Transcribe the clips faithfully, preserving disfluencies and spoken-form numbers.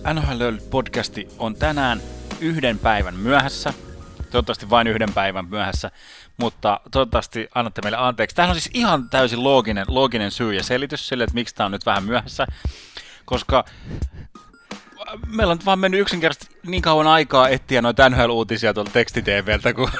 N H L-podcasti on tänään yhden päivän myöhässä. Toivottavasti vain yhden päivän myöhässä, mutta toivottavasti annatte meille anteeksi. Tämähän on siis ihan täysin looginen, looginen syy ja selitys sille, että miksi tämä on nyt vähän myöhässä, koska meillä on nyt vaan mennyt yksinkertaisesti niin kauan aikaa etsiä noita N H L-uutisia tuolta teksti-tvltä, kun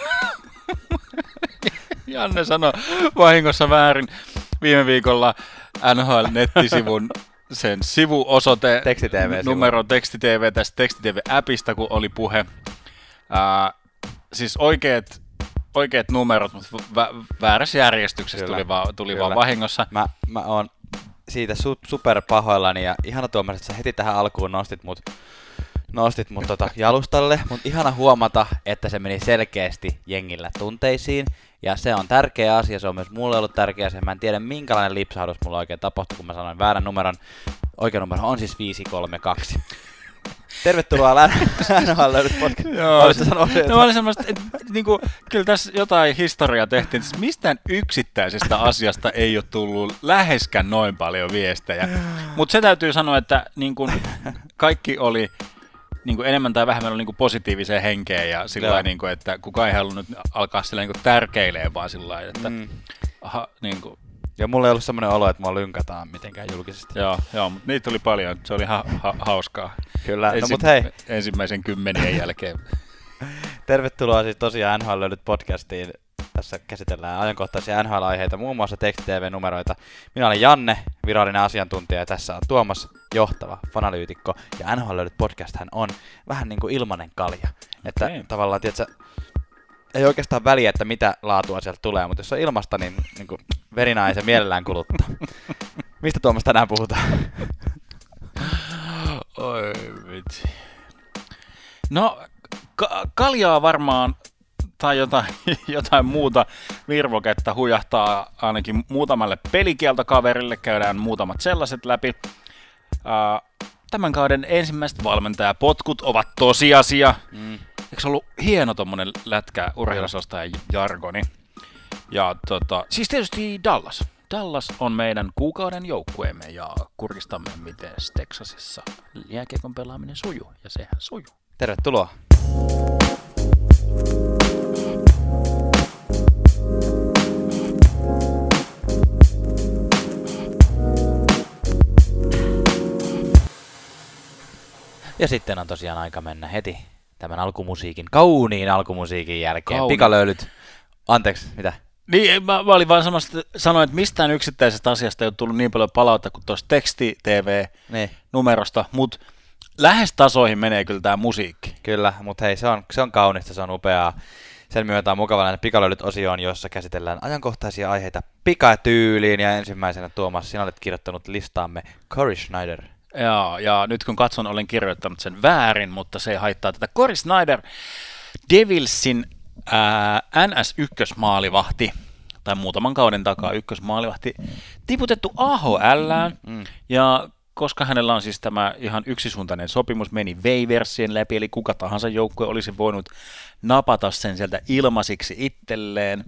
Janne sanoi vahingossa väärin viime viikolla N H L-nettisivun sen sivuosoite, numero teksti-tv tästä teksti-tv-appista, kun oli puhe. Ää, siis oikeat, oikeat numerot, mutta vä- väärässä järjestyksessä kyllä, tuli, vaan, tuli vaan vahingossa. Mä, mä oon siitä su- super pahoillani ja ihana Tuomas, että sä heti tähän alkuun nostit mut, nostit mut tota jalustalle, mutta ihana huomata, että se meni selkeästi jengillä tunteisiin. Ja se on tärkeä asia, se on myös mulle ollut tärkeä asia. Mä en tiedä minkälainen lipsahdus mulla oikein tapahtui, kun mä sanoin väärän numeron. Oikea numero on siis viisi kolme kaksi. Tervetuloa N H L-podcast. Joo, no, mä olin semmoista, että niinku, kyllä tässä jotain historiaa tehtiin. Siis mistään yksittäisestä asiasta ei ole tullut läheskään noin paljon viestejä. Mutta se täytyy sanoa, että niinku, kaikki oli niinku, enemmän tai vähemmän oli niinku, positiiviseen henkeen. Ja sillä lailla, niinku, että kukaan ei halunnut alkaa sillä niinku, tärkeilemään, vaan sillä lailla, että mm. aha, niinku, ja mulla ei ollut semmoinen olo, että mua lynkataan mitenkään julkisesti. Joo, joo, mutta niitä oli paljon. Se oli ha- ha- hauskaa. Kyllä, Ensi- no mut hei. Ensimmäisen kymmenien jälkeen. Tervetuloa siis tosiaan N H L löydyt podcastiin. Tässä käsitellään ajankohtaisia N H L-aiheita, muun muassa teksti-tv-numeroita. Minä olen Janne, virallinen asiantuntija, ja tässä on Tuomas, johtava fanalyytikko. Ja N H L löydyt podcasthan on vähän niin kuin ilmanen kalja. Että okay. Tavallaan, tiedätkö, ei oikeastaan väliä, että mitä laatua sieltä tulee, mutta jos on ilmasta, niin, niin kuin verinaisen mielellään kuluttaa. Mistä Tuomas tänään puhutaan? Oi vitsi. No, ka- kaljaa varmaan, tai jotain, jotain muuta virvoketta hujahtaa ainakin muutamalle pelikieltokaverille. Käydään muutamat sellaiset läpi. Uh, tämän kauden ensimmäiset valmentajapotkut ovat tosiasia. Mm. Eikö se ollut hieno tommonen lätkä urheilusostajan jargoni? Ja tota, siis tietysti Dallas. Dallas on meidän kuukauden joukkueemme ja kurkistamme, miten Texasissa jääkiekon pelaaminen sujuu. Ja sehän sujuu. Tervetuloa. Ja sitten on tosiaan aika mennä heti tämän alkumusiikin, kauniin alkumusiikin jälkeen. Kauniin. Pikalöylyt. Anteeksi, mitä? Niin, mä, mä olin vaan samasta, sanoin, että mistään yksittäisestä asiasta ei ole tullut niin paljon palautta kuin tuosta teksti-tv-numerosta, mutta lähes tasoihin menee kyllä tämä musiikki. Kyllä, mutta hei, se on, se on kaunista, se on upeaa. Sen myötä on mukavallinen Pikalöylyt-osioon, jossa käsitellään ajankohtaisia aiheita pikatyyliin. Ja ensimmäisenä Tuomas, sinä olet kirjoittanut listaamme Cory Schneider. Joo, ja nyt kun katson, olen kirjoittanut sen väärin, mutta se ei haittaa tätä. Cory Schneider, Devilsin ää, N S yksi-maalivahti, tai muutaman kauden takaa ykkösmaalivahti, tiputettu A H L:ään, mm. ja koska hänellä on siis tämä ihan yksisuuntainen sopimus, meni waiversien läpi, eli kuka tahansa joukkue olisi voinut napata sen sieltä ilmaisiksi itselleen.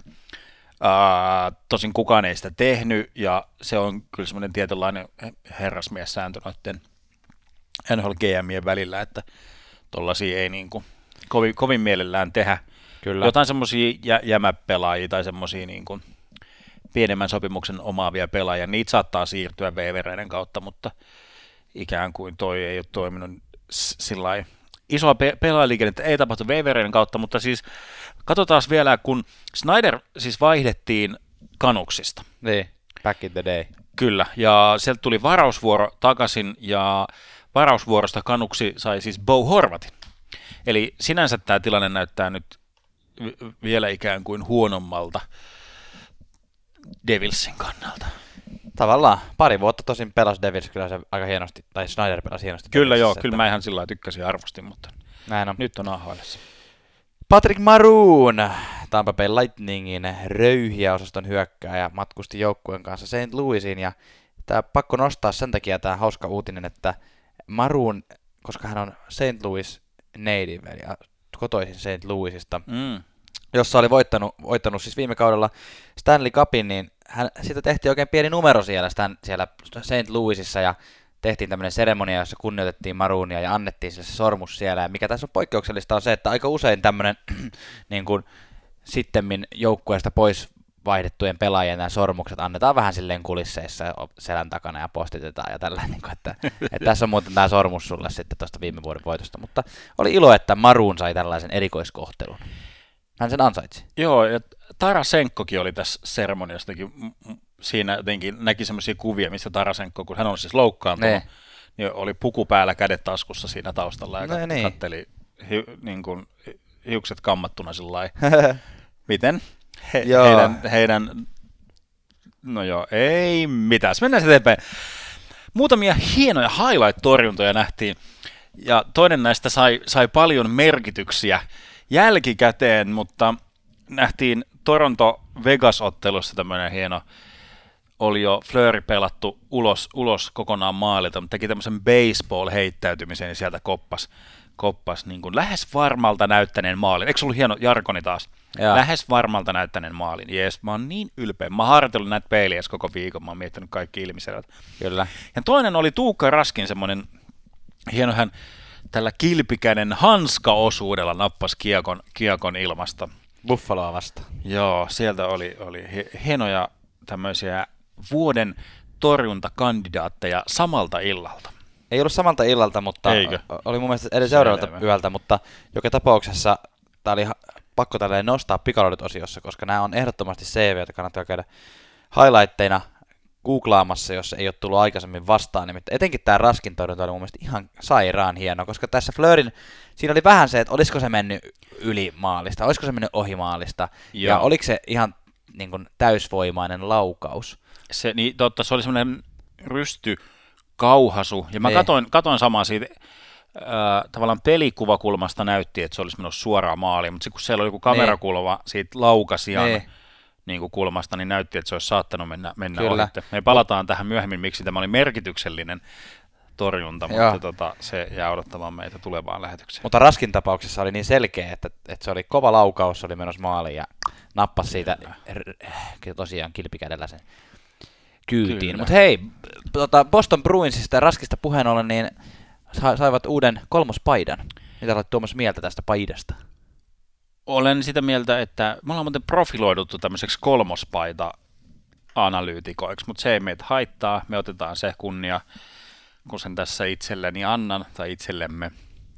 Uh, tosin kukaan ei sitä tehnyt, ja se on kyllä semmoinen tietynlainen herrasmiessääntö noiden N H L G M:ien välillä, että tollaisia ei niin kuin kovin, kovin mielellään tehdä. Kyllä. Jotain semmoisia jä, jämäpelaajia tai semmoisia niin kuin pienemmän sopimuksen omaavia pelaajia, niitä saattaa siirtyä waivereiden kautta, mutta ikään kuin toi ei ole toiminut sillai isoa pe- pelaajaliikennettä ei tapahtu waivereiden kautta, mutta siis katsotaan vielä, kun Schneider siis vaihdettiin Canucksista. Niin, back in the day. Kyllä, ja sieltä tuli varausvuoro takaisin, ja varausvuorosta Canucksi sai siis Bo Horvatin. Eli sinänsä tämä tilanne näyttää nyt vielä ikään kuin huonommalta Devilsin kannalta. Tavallaan pari vuotta tosin pelasi Devils kyllä se aika hienosti, tai Schneider pelasi hienosti. Kyllä joo, että kyllä mä ihan sillä lailla tykkäsin ja arvostin, mutta näin on. Nyt on A H L:ssä. Patrick Maroon, Tampa Bay Lightningin röyhiä osaston hyökkääjä, matkusti joukkueen kanssa Saint Louisiin, ja tämä pakko nostaa sen takia tämä hauska uutinen, että Maroon, koska hän on Saint Louis native, eli kotoisin Saint Louisista, mm. jossa oli voittanut, voittanut siis viime kaudella Stanley Cupin, niin hän, siitä tehtiin oikein pieni numero siellä, Stan, siellä Saint Louisissa, ja tehtiin tämmöinen seremonia, jossa kunnioitettiin Maroonia ja annettiin sille se sormus siellä. Ja mikä tässä on poikkeuksellista on se, että aika usein tämmöinen niin kuin sittemmin joukkueesta pois vaihdettujen pelaajien nämä sormukset annetaan vähän silleen kulisseissa selän takana ja postitetaan ja tällä, niin kuin, että, että tässä on muuten tämä sormus sulle sitten tuosta viime vuoden voitosta, mutta oli ilo, että Maroon sai tällaisen erikoiskohtelun. Hän sen ansaitsi. Joo, ja Tarasenkokin oli tässä seremoniastakin, siinä jotenkin näki semmoisia kuvia, missä Tarasenko, kun hän on siis loukkaantunut, ne. niin oli puku päällä, kädet taskussa siinä taustalla ja kat- niin. katteli hi, niin kuin, hiukset kammattuna sillä lailla. Miten? He, heidän, heidän, no joo, ei mitään. Mennään eteenpäin. Muutamia hienoja highlight-torjuntoja nähtiin, ja toinen näistä sai, sai paljon merkityksiä jälkikäteen, mutta nähtiin Toronto-Vegas-ottelussa tämmöinen hieno, oli jo Fleury pelattu ulos, ulos kokonaan maalilta, mutta teki tämmöisen baseball-heittäytymisen ja sieltä koppas, koppas niin kuin lähes varmalta näyttäneen maalin. Eikö se ollut hieno jargoni taas? Jaa. Lähes varmalta näyttäneen maalin. Jees, mä oon niin ylpeä. Mä oon harjoitellut näitä peiliä koko viikon, mä oon miettinyt kaikki ilmiselvät. Kyllä. Ja toinen oli Tuukka Raskin semmoinen hieno, hän tällä kilpikäinen hanska-osuudella nappasi kiekon, kiekon ilmasta. Buffaloa vasta. Joo, sieltä oli, oli hienoja tämmöisiä vuoden torjuntakandidaatteja samalta illalta. Ei ollut samalta illalta, mutta Eikö? oli mun mielestä edes seuraavalta yöltä, mutta joka tapauksessa tämä oli pakko tälleen nostaa pikaluodot-osiossa, koska nämä on ehdottomasti C V, joita kannattaa käydä highlightteina googlaamassa, jos ei ole tullut aikaisemmin vastaan. Nimittäin etenkin tämä Raskin torjunta oli mun mielestä ihan sairaan hieno, koska tässä Fleuryn, siinä oli vähän se, että olisiko se mennyt yli maalista, olisiko se mennyt ohi maalista, Joo. ja oliko se ihan niin kuin täysvoimainen laukaus. Se, niin, totta, se oli semmoinen rysty kauhasu, ja mä ei. katoin, katoin samaa siitä, äh, tavallaan pelikuvakulmasta näytti, että se olisi mennyt suoraan maaliin, mutta kun siellä oli joku kamerakulma siitä laukasijan niin kuin kulmasta, niin näytti, että se olisi saattanut mennä, mennä ohitte. Me palataan tähän myöhemmin, miksi tämä oli merkityksellinen torjunta, Joo. mutta tota, se jää odottamaan meitä tulevaan lähetykseen. Mutta Raskin tapauksessa oli niin selkeä, että, että se oli kova laukaus, se oli menossa maaliin ja nappasi siitä r- tosiaan kilpikädellä sen kyytiin. Mutta hei, tota Boston Bruinsista ja Raskista puheen ollen, niin sa- saivat uuden kolmospaidan. Mitä olet Tuomas mieltä tästä paidasta? Olen sitä mieltä, että me ollaan muuten profiloiduttu tämmöiseksi kolmospaita-analyytikoiksi, mutta se ei meitä haittaa. Me otetaan se kunnia, kun sen tässä itselleni annan, tai itsellemme.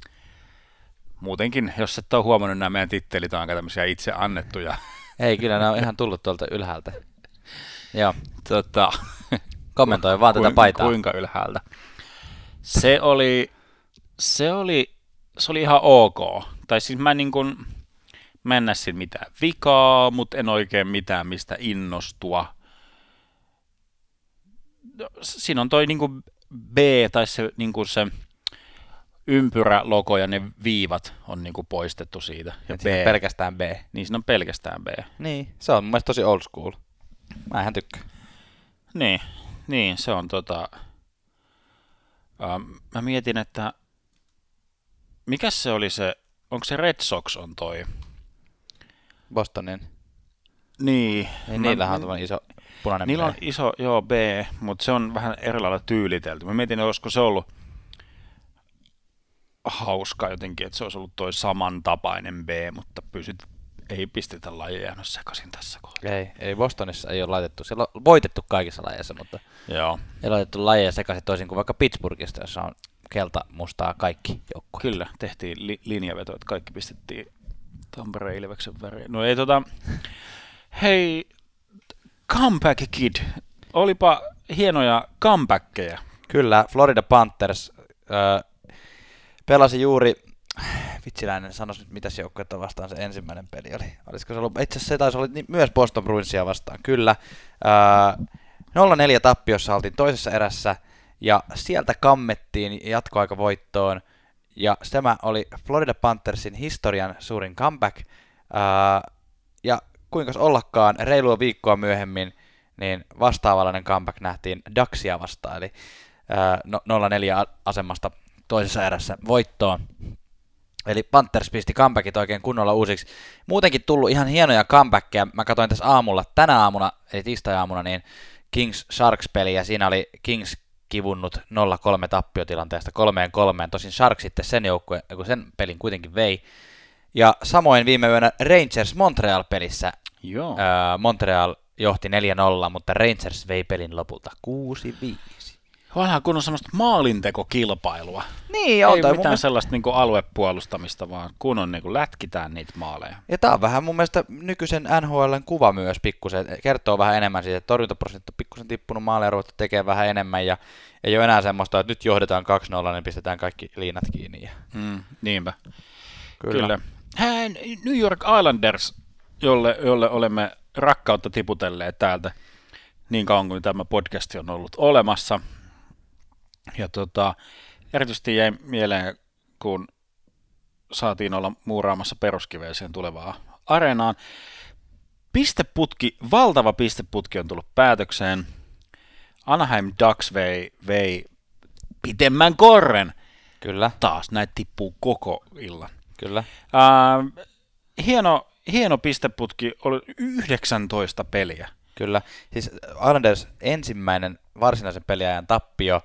Muutenkin, jos et ole huomannut, nämä meidän tittelit on aika tämmöisiä itse annettuja. Ei, kyllä nämä on ihan tullut tuolta ylhäältä. Joo. Tota, kommentoi vaan tätä paitaa. Kuinka ylhäältä. Se oli, se oli, se oli ihan ok. Tai siis mä niin kuin, mä en näe siinä mitään vikaa, mutta en oikein mitään mistä innostua. Siinä on toi niin kuin B, tai se, niin kuin se ympyrälogo ja ne viivat on niin kuin poistettu siitä. Ja B, pelkästään B. Niin siinä on pelkästään B. Niin, se on mun mielestä tosi old school. Mä ihan tykkään. Niin, niin se on tota... Uh, mä mietin, että mikäs se oli se, onko se Red Sox on toi? Bostonin. Niin. Niin mä, niillähän on tuollainen iso punainen Niillä B. on iso, joo, B, mutta se on vähän eri lailla tyylitelty. Mä mietin, olisiko se ollut hauska jotenkin, että se olisi ollut toi samantapainen B, mutta pysyt, ei pistetä lajeja jäänyt sekaisin tässä kohtaa. Ei, ei Bostonissa ei ole laitettu, siellä on voitettu kaikissa lajeissa, mutta joo. Ei laitettu lajeja sekaisin toisin kuin vaikka Pittsburghista, jossa on kelta mustaa kaikki joukkueet. Kyllä, tehtiin li- linjaveto, että kaikki pistettiin Tampereen Ilveksen väriin. No ei tota, hei, Comeback Kid, olipa hienoja comebackkejä. Kyllä, Florida Panthers äh, pelasi juuri, vitsiläinen sanoisi nyt mitäs joukkuetta vastaan se ensimmäinen peli oli. Olisiko se ollut, itse asiassa se taisi olla myös Boston Bruinsia vastaan, kyllä. Äh, nolla neljä tappiossa oltiin toisessa erässä ja sieltä kammettiin jatkoaikavoittoon. Ja tämä oli Florida Panthersin historian suurin comeback. Ää, ja kuinkas ollakaan, reilua viikkoa myöhemmin, niin vastaavallainen comeback nähtiin Ducksia vastaan, eli ää, no, nolla neljä asemasta toisessa erässä voittoon. Eli Panthers pisti comebackit oikein kunnolla uusiksi. Muutenkin tullut ihan hienoja comebackeja. Mä katsoin tässä aamulla, tänä aamuna, eli tiistai-aamuna, niin Kings Sharks-peli, ja siinä oli Kings kivunnut nolla kolme tappiotilanteesta kolmeen kolmeen. Tosin Sharks sitten sen joukkue, kun sen pelin kuitenkin vei. Ja samoin viime yönä Rangers Montreal-pelissä Joo. Ää, Montreal johti neljä nolla, mutta Rangers vei pelin lopulta kuusi viisi. Vanha kun on semmoista maalintekokilpailua. Niin, on. Ei mitään mielestä... sellaista niinku aluepuolustamista, vaan kun on niinku lätkitään niitä maaleja. Ja tää on vähän mun mielestä nykyisen N H L:n kuva myös pikkusen. Kertoo vähän enemmän siitä, että torjuntaprosentti on pikkusen tippunut, maaleja ruvettu tekemään vähän enemmän. Ja ei ole enää semmoista, että nyt johdetaan kaksi nolla, niin pistetään kaikki liinat kiinni. Ja... Mm, niinpä. Kyllä. Kyllä. Hän, New York Islanders, jolle, jolle olemme rakkautta tiputelleet täältä niin kauan kuin tämä podcast on ollut olemassa. Ja tota, erityisesti jäi mieleen, kun saatiin olla muuraamassa peruskiveeseen tulevaa areenaan. Pisteputki, valtava pisteputki on tullut päätökseen. Anaheim Ducks vei, vei pitemmän korren. Kyllä. Taas näitä tippuu koko illan. Kyllä. Äh, hieno, hieno pisteputki, oli yhdeksäntoista peliä. Kyllä. Siis Islanders ensimmäinen varsinaisen peliajan tappio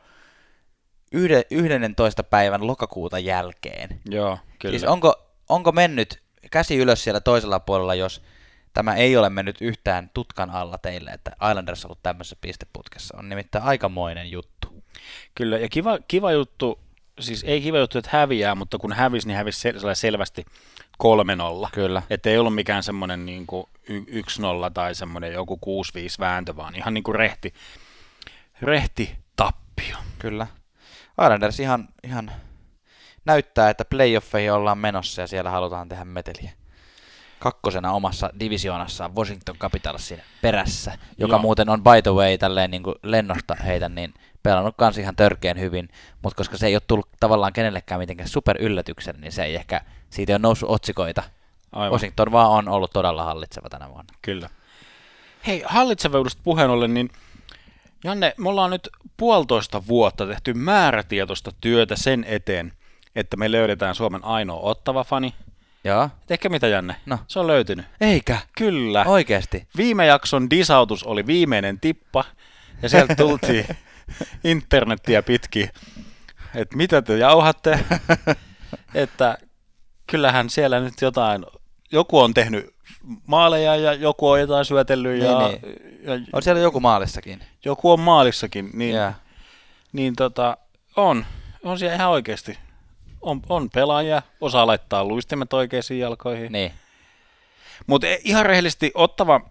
yhdentoista päivän lokakuuta jälkeen. Joo, kyllä. Siis onko, onko mennyt käsi ylös siellä toisella puolella, jos tämä ei ole mennyt yhtään tutkan alla teille, että Islanders on ollut tämmöisessä pisteputkessa. On nimittäin aikamoinen juttu. Kyllä, ja kiva, kiva juttu, siis ei kiva juttu, että häviää, mutta kun hävisi, niin hävisi sel- selvästi kolme nolla. Kyllä. Että ei ollut mikään semmoinen niin kuin yksi nolla tai semmoinen joku kuusi viisi vääntö, vaan ihan niin kuin rehti, rehti tappio. Kyllä. Islanders ihan, ihan näyttää, että playoffeihin ollaan menossa ja siellä halutaan tehdä meteliä. Kakkosena omassa divisioonassaan Washington Capitals siinä perässä, joka Joo. muuten on by the way tälleen niin kuin lennosta heitä, niin pelannut kans ihan törkeän hyvin, mutta koska se ei ole tullut tavallaan kenellekään mitenkään super yllätyksen, niin se ei ehkä, siitä ei ole noussut otsikoita. Aivan. Washington vaan on ollut todella hallitseva tänä vuonna. Kyllä. Hei, hallitsevuudesta puheen ollen, niin Janne, me ollaan nyt puolitoista vuotta tehty määrätietoista työtä sen eteen, että me löydetään Suomen ainoa Ottava-fani. Joo. Ehkä mitä, Janne? No. Se on löytynyt. Eikä? Kyllä. Oikeesti? Viime jakson disautus oli viimeinen tippa, ja sieltä tultiin internettiä pitkin, että mitä te jauhatte, että kyllähän siellä nyt jotain, joku on tehnyt maaleja ja joku on jotain syötellyt. Niin, ja, niin. ja on siellä joku maalissakin. Joku on maalissakin, niin, yeah. niin tota, on, on siellä ihan oikeasti. On, on pelaajia, osaa laittaa luistimet oikeisiin jalkoihin. Niin. Mutta ihan rehellisesti Ottava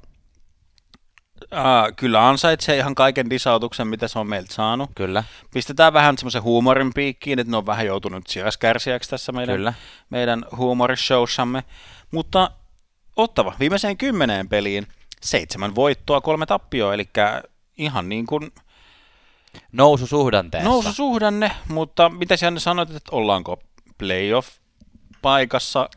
ää, kyllä ansaitsee ihan kaiken disautuksen, mitä se on meiltä saanut. Kyllä. Pistetään vähän semmoisen huumorin piikkiin, että ne on vähän joutunut sijaiskärsiäksi tässä meidän, kyllä. meidän huumorishowssamme. Mutta Ottava viimeiseen kymmeneen peliin seitsemän voittoa, kolme tappioa, eli ihan niin kuin noususuhdanteessa. Noususuhdanne, mutta mitä Janne sanoit, että ollaanko playoff-paikassa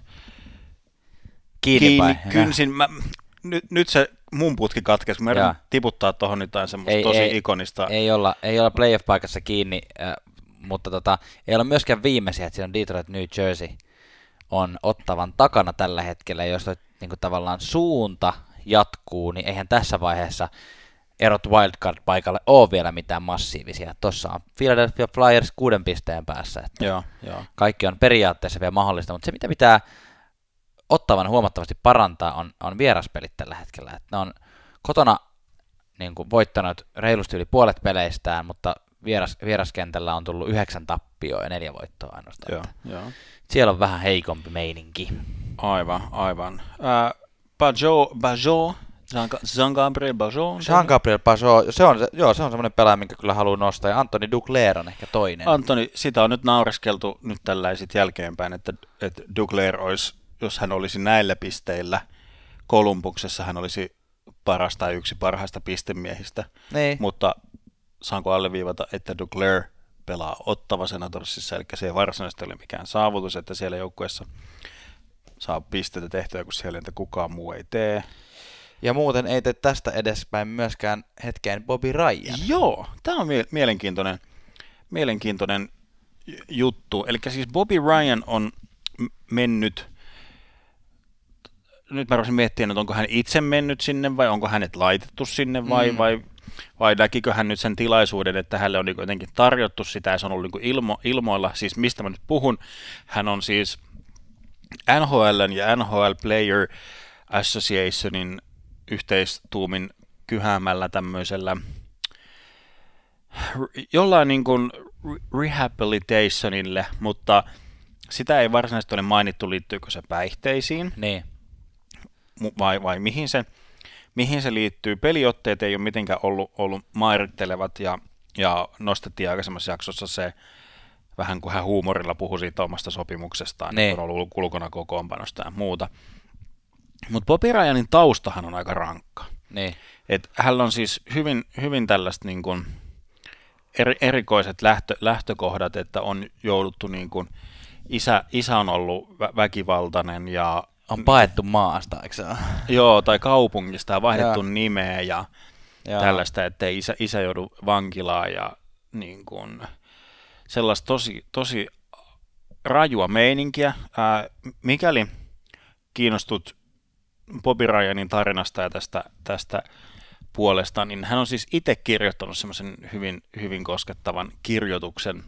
kiinni, kiinni kynsin? Mä, nyt, nyt se mun putki katkesi, kun mä yritän tiputtaa tuohon jotain semmoista ei, tosi ei, ikonista. Ei olla, ei olla playoff-paikassa kiinni, äh, mutta tota, ei olla myöskään viimeisiä, että siinä on Detroit, New Jersey on Ottavan takana tällä hetkellä, jos niin kuin tavallaan suunta jatkuu, niin eihän tässä vaiheessa erot wildcard-paikalle ole vielä mitään massiivisia. Tuossa on Philadelphia Flyers kuuden pisteen päässä. Että joo, joo. Kaikki on periaatteessa vielä mahdollista, mutta se mitä pitää Ottavan huomattavasti parantaa on, on vieraspelit tällä hetkellä. Että ne on kotona niin kuin voittanut reilusti yli puolet peleistään, mutta vieras, vieraskentällä on tullut yhdeksän tappioa ja neljä voittoa ainoastaan. Joo, joo. Siellä on vähän heikompi meininki. Aivan, aivan. Äh, Pajot, Pajot. Jean-Gabriel Pajot. Jean-Gabriel Pajot, se on, joo, se on semmoinen pelaaja, minkä kyllä haluaa nostaa, ja Anthony Duclair on ehkä toinen. Antoni, sitä on nyt naureskeltu nyt tällaisit jälkeenpäin, että, että Duclair olisi, jos hän olisi näillä pisteillä Kolumbuksessa, hän olisi paras tai yksi parhaista pistemiehistä. Niin. Mutta saanko alleviivata, että Duclair pelaa Ottava Senatorsissa, eli se ei varsinaisesti ole mikään saavutus, että siellä joukkueessa saa pisteitä tehtyä, kun siellä niitä kukaan muu ei tee. Ja muuten ei tee tästä edespäin myöskään hetkeen Bobby Ryan. Joo, tämä on mie- mielenkiintoinen, mielenkiintoinen juttu. Eli siis Bobby Ryan on m- mennyt, nyt mä voisin miettiä, että onko hän itse mennyt sinne vai onko hänet laitettu sinne vai, mm. vai vai näkikö hän nyt sen tilaisuuden, että hänelle on niin jotenkin tarjottu sitä, ja se on ollut niin ilmo, ilmoilla, siis mistä mä nyt puhun, hän on siis N H L:n ja N H L Player Associationin yhteistuumin kyhäämällä tämmöisellä jollain niin kuin rehabilitationille, mutta sitä ei varsinaisesti ole mainittu, liittyykö se päihteisiin niin. vai, vai mihin, se, mihin se liittyy. Peliotteet ei ole mitenkään ollut, ollut mairittelevat ja, ja nostettiin aikaisemmassa jaksossa se vähän kuin hän huumorilla puhui siitä omasta sopimuksestaan, niin. On ollut ulkona kokoonpanosta ja muuta. Mutta Bobby Ryanin taustahan on aika rankka. Niin. Et hän on siis hyvin, hyvin tällaista niin kuin eri, erikoiset lähtö, lähtökohdat, että on jouduttu niin kuin, isä, isä on ollut vä- väkivaltainen ja on paettu maasta, eikö se ole? Joo, tai kaupungista ja vaihdettu ja. nimeä ja ja. tällaista, ettei isä, isä joudu vankilaan ja niin kuin, sellaista tosi, tosi rajua meininkiä. Ää, mikäli kiinnostut Bobby Ryanin tarinasta ja tästä, tästä puolesta, niin hän on siis itse kirjoittanut semmoisen hyvin, hyvin koskettavan kirjoituksen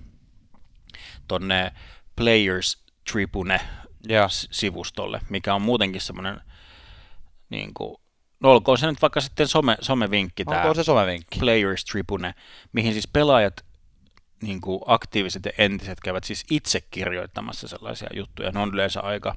tonne Players Tribune-sivustolle, mikä on muutenkin semmoinen, niin kuin, no olkoon se nyt vaikka sitten some, somevinkki, tämä se somevinkki? Players Tribune, mihin siis pelaajat, niin kuin aktiiviset ja entiset, käyvät siis itse kirjoittamassa sellaisia juttuja. Ne on yleensä aika,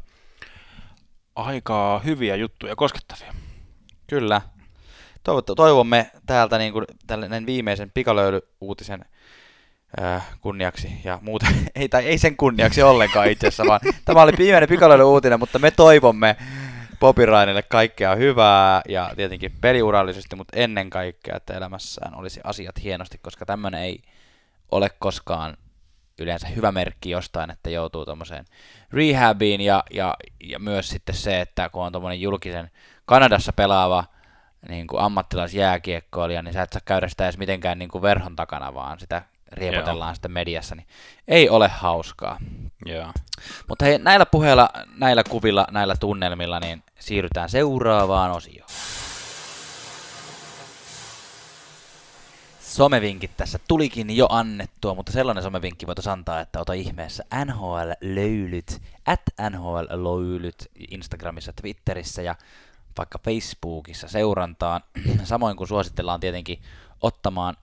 aika hyviä juttuja, koskettavia. Kyllä. Toivomme täältä niin kuin, tällainen viimeisen pikalöyly-uutisen äh, kunniaksi ja muuta, ei, tai ei sen kunniaksi ollenkaan itse asiassa, vaan tämä oli viimeinen pikalöyly-uutinen, mutta me toivomme Bobby Ryanille kaikkea hyvää ja tietenkin peliurallisesti, mutta ennen kaikkea, että elämässään olisi asiat hienosti, koska tämmöinen ei ole koskaan yleensä hyvä merkki jostain, että joutuu tuommoiseen rehabiin ja, ja, ja myös sitten se, että kun on tuommoinen julkisen Kanadassa pelaava niin kuin ammattilaisjääkiekkoilija, niin sä et saa käydä sitä edes mitenkään niin kuin verhon takana, vaan sitä riepotellaan sitten mediassa, niin ei ole hauskaa. Yeah. Mutta hei, näillä puheilla, näillä kuvilla, näillä tunnelmilla, niin siirrytään seuraavaan osioon. Somevinkit tässä tulikin jo annettua, mutta sellainen somevinkki voitaisiin antaa, että ota ihmeessä N H L-löylyt, at N H L-löylyt Instagramissa, Twitterissä ja vaikka Facebookissa seurantaan. Samoin kuin suositellaan tietenkin ottamaan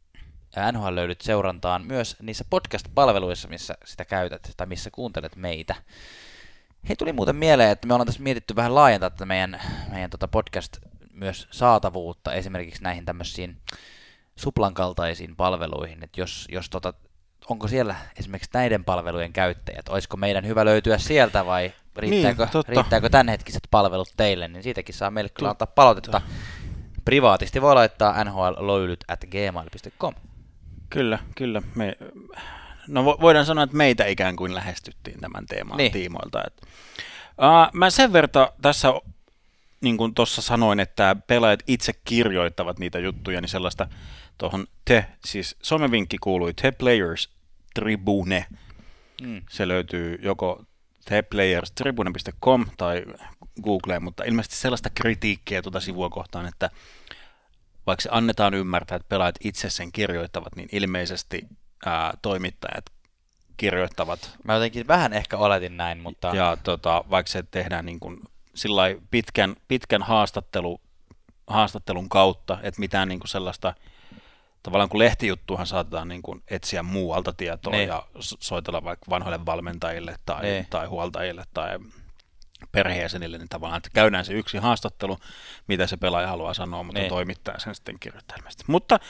N H L-löylyt seurantaan myös niissä podcast-palveluissa, missä sitä käytät tai missä kuuntelet meitä. Hei, tuli muuten mieleen, että me ollaan tässä mietitty vähän laajentaa tätä meidän, meidän tota podcast myös saatavuutta esimerkiksi näihin tämmöisiin Suplan kaltaisiin palveluihin, että jos, jos tota, onko siellä esimerkiksi näiden palvelujen käyttäjät, olisiko meidän hyvä löytyä sieltä vai riittääkö, niin, riittääkö tämänhetkiset palvelut teille, niin siitäkin saa meille kyllä antaa palautetta. Privaatisti voi laittaa n h l löylyt at gmail dot com. Kyllä, kyllä. Me, no voidaan sanoa, että meitä ikään kuin lähestyttiin tämän teeman niin. tiimoilta. Että, uh, mä sen verran tässä, niin kuin tuossa sanoin, että pelaajat itse kirjoittavat niitä juttuja, niin sellaista tuohon te, siis somevinkki kuului The Players Tribune. Mm. Se löytyy joko the players tribune dot com tai Googleen, mutta ilmeisesti sellaista kritiikkiä tuota sivua kohtaan, että vaikka se annetaan ymmärtää, että pelaajat itse sen kirjoittavat, niin ilmeisesti ää, toimittajat kirjoittavat. Mä jotenkin vähän ehkä oletin näin, mutta... Ja tota, vaikka se tehdään niin kuin sillai pitkän, pitkän haastattelu, haastattelun kautta, että mitään niin kuin sellaista, tavallaan kun lehtijuttuhan saatetaan niin kuin etsiä muualta tietoa ne. ja soitella vaikka vanhoille valmentajille tai, tai huoltajille tai perheenjäsenille, niin tavallaan, että käydään se yksi haastattelu, mitä se pelaaja haluaa sanoa, mutta ne. toimittaja sen sitten kirjoittaa ilmeisesti. Mutta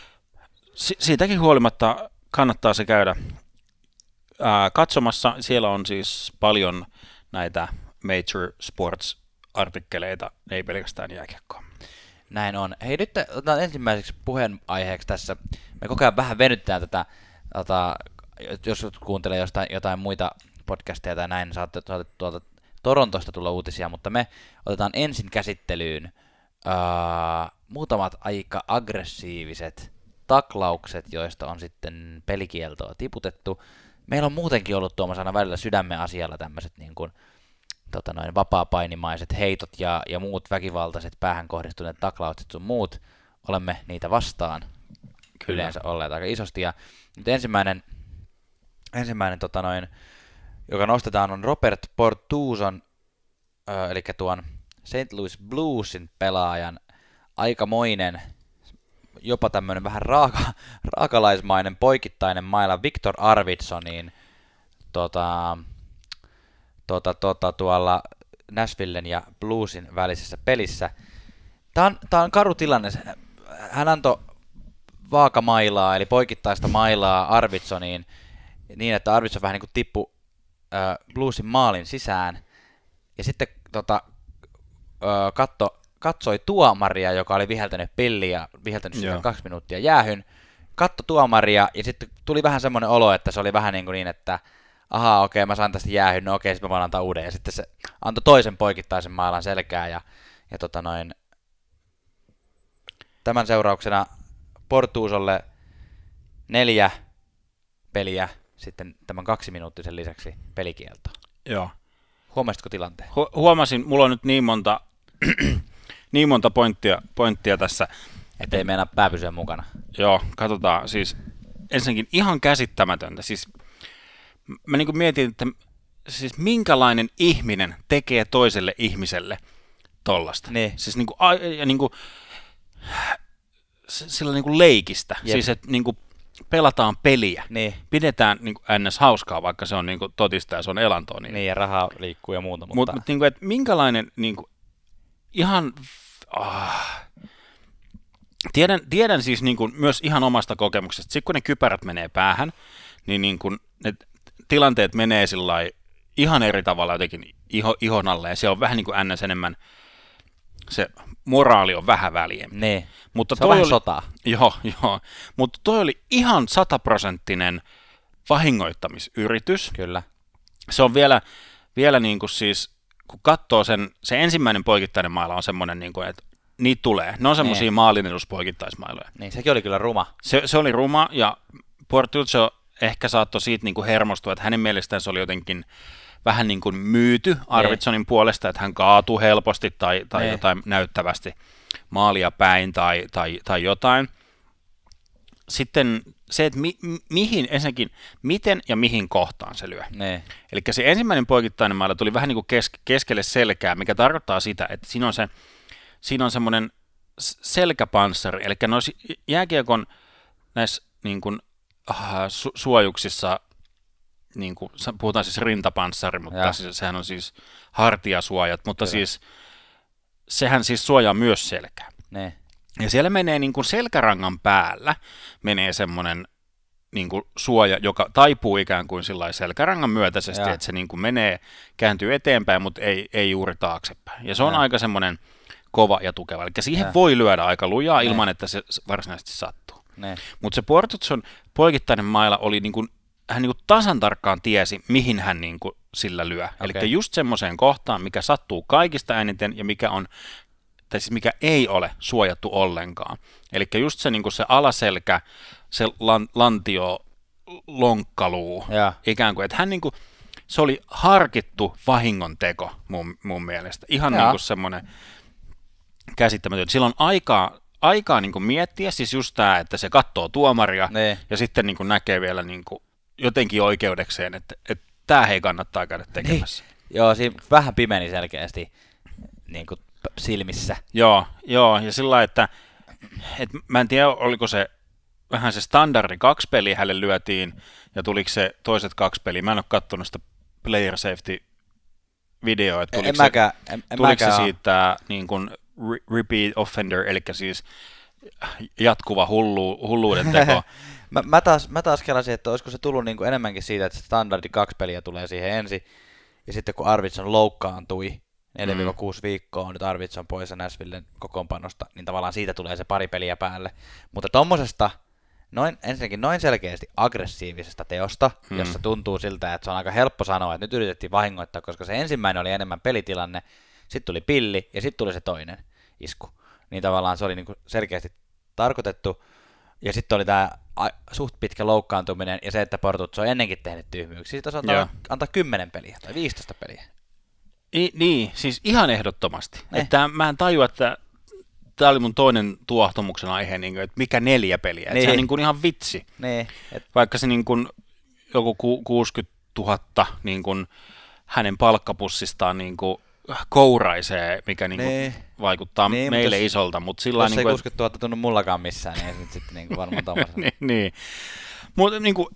si- siitäkin huolimatta kannattaa se käydä ää, katsomassa. Siellä on siis paljon näitä major sports-artikkeleita, ei pelkästään jääkiekkoa. Näin on. Hei, nyt otetaan ensimmäiseksi puheenaiheeksi tässä. Me koko ajan vähän venyttää tätä, tätä jos kuuntelee jostain, jotain muita podcasteja tai näin, saatte, saatte tuolta Torontosta tulla uutisia, mutta me otetaan ensin käsittelyyn uh, muutamat aika aggressiiviset taklaukset, joista on sitten pelikieltoa tiputettu. Meillä on muutenkin ollut tuommoisena välillä sydämen asialla tämmöiset niin kuin Tota noin, vapaapainimaiset heitot ja, ja muut väkivaltaiset päähän kohdistuneet taklaukset sun muut olemme niitä vastaan Kyllä. yleensä olleet aika isosti. Ja nyt ensimmäinen, ensimmäinen tota noin, joka nostetaan, on Robert Bortuzon, äh, eli tuon Saint Louis Bluesin pelaajan aikamoinen, jopa tämmöinen vähän raaka, raakalaismainen poikittainen maila Victor Arvidsoniin tota, tota, tota, tuolla Nashvillen ja Bluesin välisessä pelissä. Tämä on, tämä on karu tilanne. Hän antoi vaakamailaa, eli poikittaista mailaa Arvidsoniin niin, että Arvidsson vähän niin kuin tippui äh, Bluesin maalin sisään. Ja sitten tota, äh, katso, katsoi tuomaria, joka oli viheltänyt pilliä ja viheltänyt sitten kaksi minuuttia jäähyn. Katso tuomaria ja sitten tuli vähän semmoinen olo, että se oli vähän niin, kuin niin että ahaa, okei, mä saan tästä jäähyn, no okei, sitten mä voin antaa uuden. Ja sitten se antoi toisen poikittaisen mailan selkään ja, ja tota noin, tämän seurauksena Bortuzolle neljä peliä sitten tämän kaksiminuuttisen lisäksi pelikielto. Joo. Huomasitko tilanteen? Hu- huomasin, mulla on nyt niin monta, niin monta pointtia, pointtia tässä. Että ei meinaa pää pysyä mukana. Joo, katsotaan. Siis ensinnäkin ihan käsittämätöntä. Siis mä niin kuin mietin, että siis minkälainen ihminen tekee toiselle ihmiselle tollasta. Niin. Siis niin kuin, ja niin kuin, sillä niin kuin leikistä. Jep. Siis että niin kuin pelataan peliä. Niin. Pidetään niin kuin ns. Hauskaa, vaikka se on niin kuin totista ja se on elantoa. Niin, niin ja rahaa liikkuu ja muuta. Mutta Mut, mut, niin kuin, että minkälainen niin kuin, ihan... Ah, Tiedän, tiedän siis niin kuin myös ihan omasta kokemuksesta, sitten kun ne kypärät menee päähän, niin, niin kuin ne tilanteet menee sillai ihan eri tavalla jotenkin iho, ihon alle, ja siellä on vähän niin kuin ns. Enemmän, se moraali on vähän väliempi. niin. Mutta se on toi vähän oli, sotaa. Joo, joo, mutta toi oli ihan sataprosenttinen vahingoittamisyritys. Kyllä. Se on vielä, vielä niin kuin siis, kun katsoo sen, se ensimmäinen poikittainen maila on semmoinen, niin kuin, että niitä tulee. Ne on semmoisia niin. maalineduspoikittaismailoja. Niin, sekin oli kyllä ruma. Se, se oli ruma, ja Bortuzzo ehkä saattoi siitä niin kuin hermostua, että hänen mielestään se oli jotenkin vähän niin kuin myyty Arvidssonin niin. puolesta, että hän kaatui helposti tai, tai niin. jotain näyttävästi maalia päin tai, tai, tai jotain. Sitten se, että mi, mihin, ensinnäkin, miten ja mihin kohtaan se lyö. Niin. Eli se ensimmäinen poikittainen maila tuli vähän niin kuin kes, keskelle selkää, mikä tarkoittaa sitä, että siinä on se Siinä on semmoinen selkäpanssari, eli noissa jääkiekon näissä niin kuin, äh, su- suojuksissa, niin kuin, puhutaan siis rintapanssari, mutta siis, sehän on siis hartiasuojat, mutta Kyllä. siis sehän siis suojaa myös selkää. Ne. Ja siellä menee niin kuin selkärangan päällä, menee semmoinen niin kuin suoja, joka taipuu ikään kuin sillai selkärangan myötäisesti, ja. että se niin kuin menee, kääntyy eteenpäin, mutta ei, ei juuri taaksepäin. Ja se on ja. aika semmoinen kova ja tukeva. Eli siihen ja. voi lyödä aika lujaa ne. ilman, että se varsinaisesti sattuu. Mutta se Bortuzzon poikittainen maila oli niin kuin, hän niin kuin tasan tarkkaan tiesi, mihin hän niin kuin sillä lyö. Okay. Eli just semmoiseen kohtaan, mikä sattuu kaikista eniten ja mikä on, tai siis mikä ei ole suojattu ollenkaan. Eli just se, niin kuin se alaselkä, se lan, lantio, lonkkaluu, ja. ikään kuin, että hän niin kuin, se oli harkittu vahingonteko mun, mun mielestä. Ihan ja. niin kuin semmoinen käsittämätön. Sillä on aikaa, aikaa niin kuin miettiä, siis just tämä, että se katsoo tuomaria ne. ja sitten niin kuin näkee vielä niin kuin jotenkin oikeudekseen, että, että tämä ei kannattaa käydä tekemässä. Niin. Joo, siinä vähän pimeni selkeästi niin kuin silmissä. Joo, joo, ja sillä lailla, että, että mä en tiedä, oliko se vähän se standardi kaksi peliä hänelle lyötiin, ja tuliko se toiset kaksi peliä. Mä en ole katsonut sitä player safety videoa, että tuliko, en se, mäkään, en, en tuliko se siitä niin kuin repeat offender, eli siis jatkuva hullu, hulluuden teko. mä, mä, taas, mä taas kelasin, että olisiko se tullut niin kuin enemmänkin siitä, että standardi kaksi peliä tulee siihen ensin, ja sitten kun Arvidsson loukkaantui, neljä kuusi viikkoa on nyt Arvidsson pois ja Nashvillen kokoonpanosta, niin tavallaan siitä tulee se pari peliä päälle. Mutta tommosesta, noin, ensinnäkin noin selkeästi aggressiivisesta teosta, hmm. jossa tuntuu siltä, että se on aika helppo sanoa, että nyt yritettiin vahingoittaa, koska se ensimmäinen oli enemmän pelitilanne, sitten tuli pilli ja sitten tuli se toinen isku. Niin tavallaan se oli niinku selkeästi tarkoitettu. Ja sitten oli tämä suht pitkä loukkaantuminen ja se, että Bortuzzo on ennenkin tehnyt tyhmyyksiä. Siitä saattaa antaa kymmenen peliä tai viisitoista peliä. I, niin, siis ihan ehdottomasti. Että mä en tajua, että tämä oli mun toinen tuohtumuksen aihe, niin kuin, että mikä neljä peliä. Niin. Se on niin kuin ihan vitsi. Niin. Et... Vaikka se niin kuin, joku ku, kuusikymmentätuhatta niin kuin, hänen palkkapussistaan niin kuin, kouraisee, mikä niin kuin, niin. vaikuttaa niin, meille mutta isolta. Mutta sillä jos niin ei kuin, kuusikymmentätuhatta tunnu mullakaan missään, niin ei nyt sitten niin kuin varmaan tommoisen. niin, niin. Mutta niin kuin,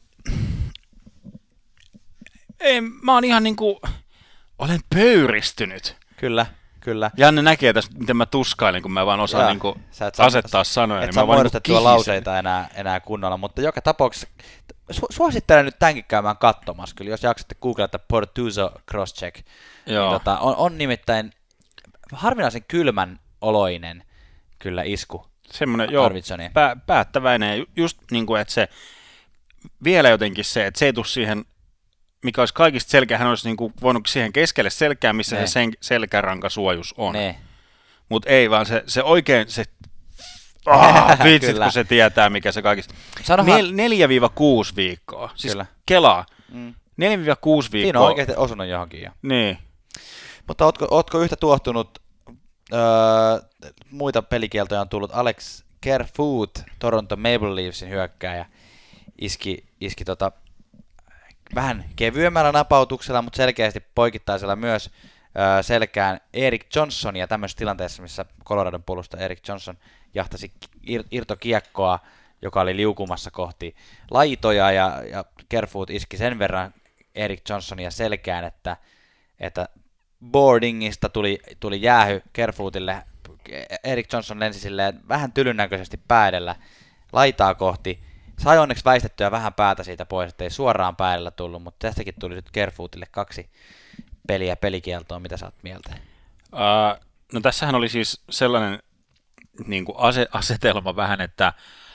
ei, mä oon ihan niin kuin, olen pöyristynyt. Kyllä. Kyllä. Janne näkee tässä, miten mä tuskailen, kun mä vaan osaan niin kuin asettaa sanoja. Et niin saa muodostettua niin lauseita enää, enää kunnolla, mutta joka tapauksessa su- suosittelen nyt tämänkin käymään katsomassa. Kyllä, jos jaksatte googlata Bortuzzo crosscheck, niin tota, on, on nimittäin harvinaisen kylmän oloinen kyllä isku. Semmoinen, joo, pää, päättäväinen. Just niin kuin, että se vielä jotenkin se, että se ei tule siihen, mikä olisi kaikista selkeä, hän olisi niinku voinut siihen keskelle selkää, missä ne. se sen, selkärankasuojus on. Mutta ei, vaan se, se oikein, se ah, vitsit, kun se tietää, mikä se kaikista. Nel, neljä kuusi viikkoa, siis kyllä. Kelaa. Mm. neljä kuusi viikkoa. Siinä on oikeasti osunut johonkin jo. Niin. Mutta ootko, ootko yhtä tuohtunut, öö, muita pelikieltoja on tullut, Alex Kerfoot, Toronto Maple Leafsin hyökkääjä, iski, iski tota, vähän kevyemmällä napautuksella, mutta selkeästi poikittaisella myös ö, selkään Erik Johnsonia tämmöisessä tilanteessa, missä Coloradon puolustaja Erik Johnson jahtasi ir- irtokiekkoa, joka oli liukumassa kohti laitoja, ja, ja Kerfoot iski sen verran Erik Johnsonia selkään, että, että boardingista tuli, tuli jäähy Kerfootille. Erik Johnson lensi silleen vähän tylynnäköisesti päädellä laitaa kohti. Sai onneksi väistettyä vähän päätä siitä pois, ettei suoraan päällä tullut, mutta tästäkin tuli nyt Kerfootille kaksi peliä pelikieltoa. Mitä sä oot mieltä? Uh, no tässähän oli siis sellainen niin kuin ase- asetelma vähän, että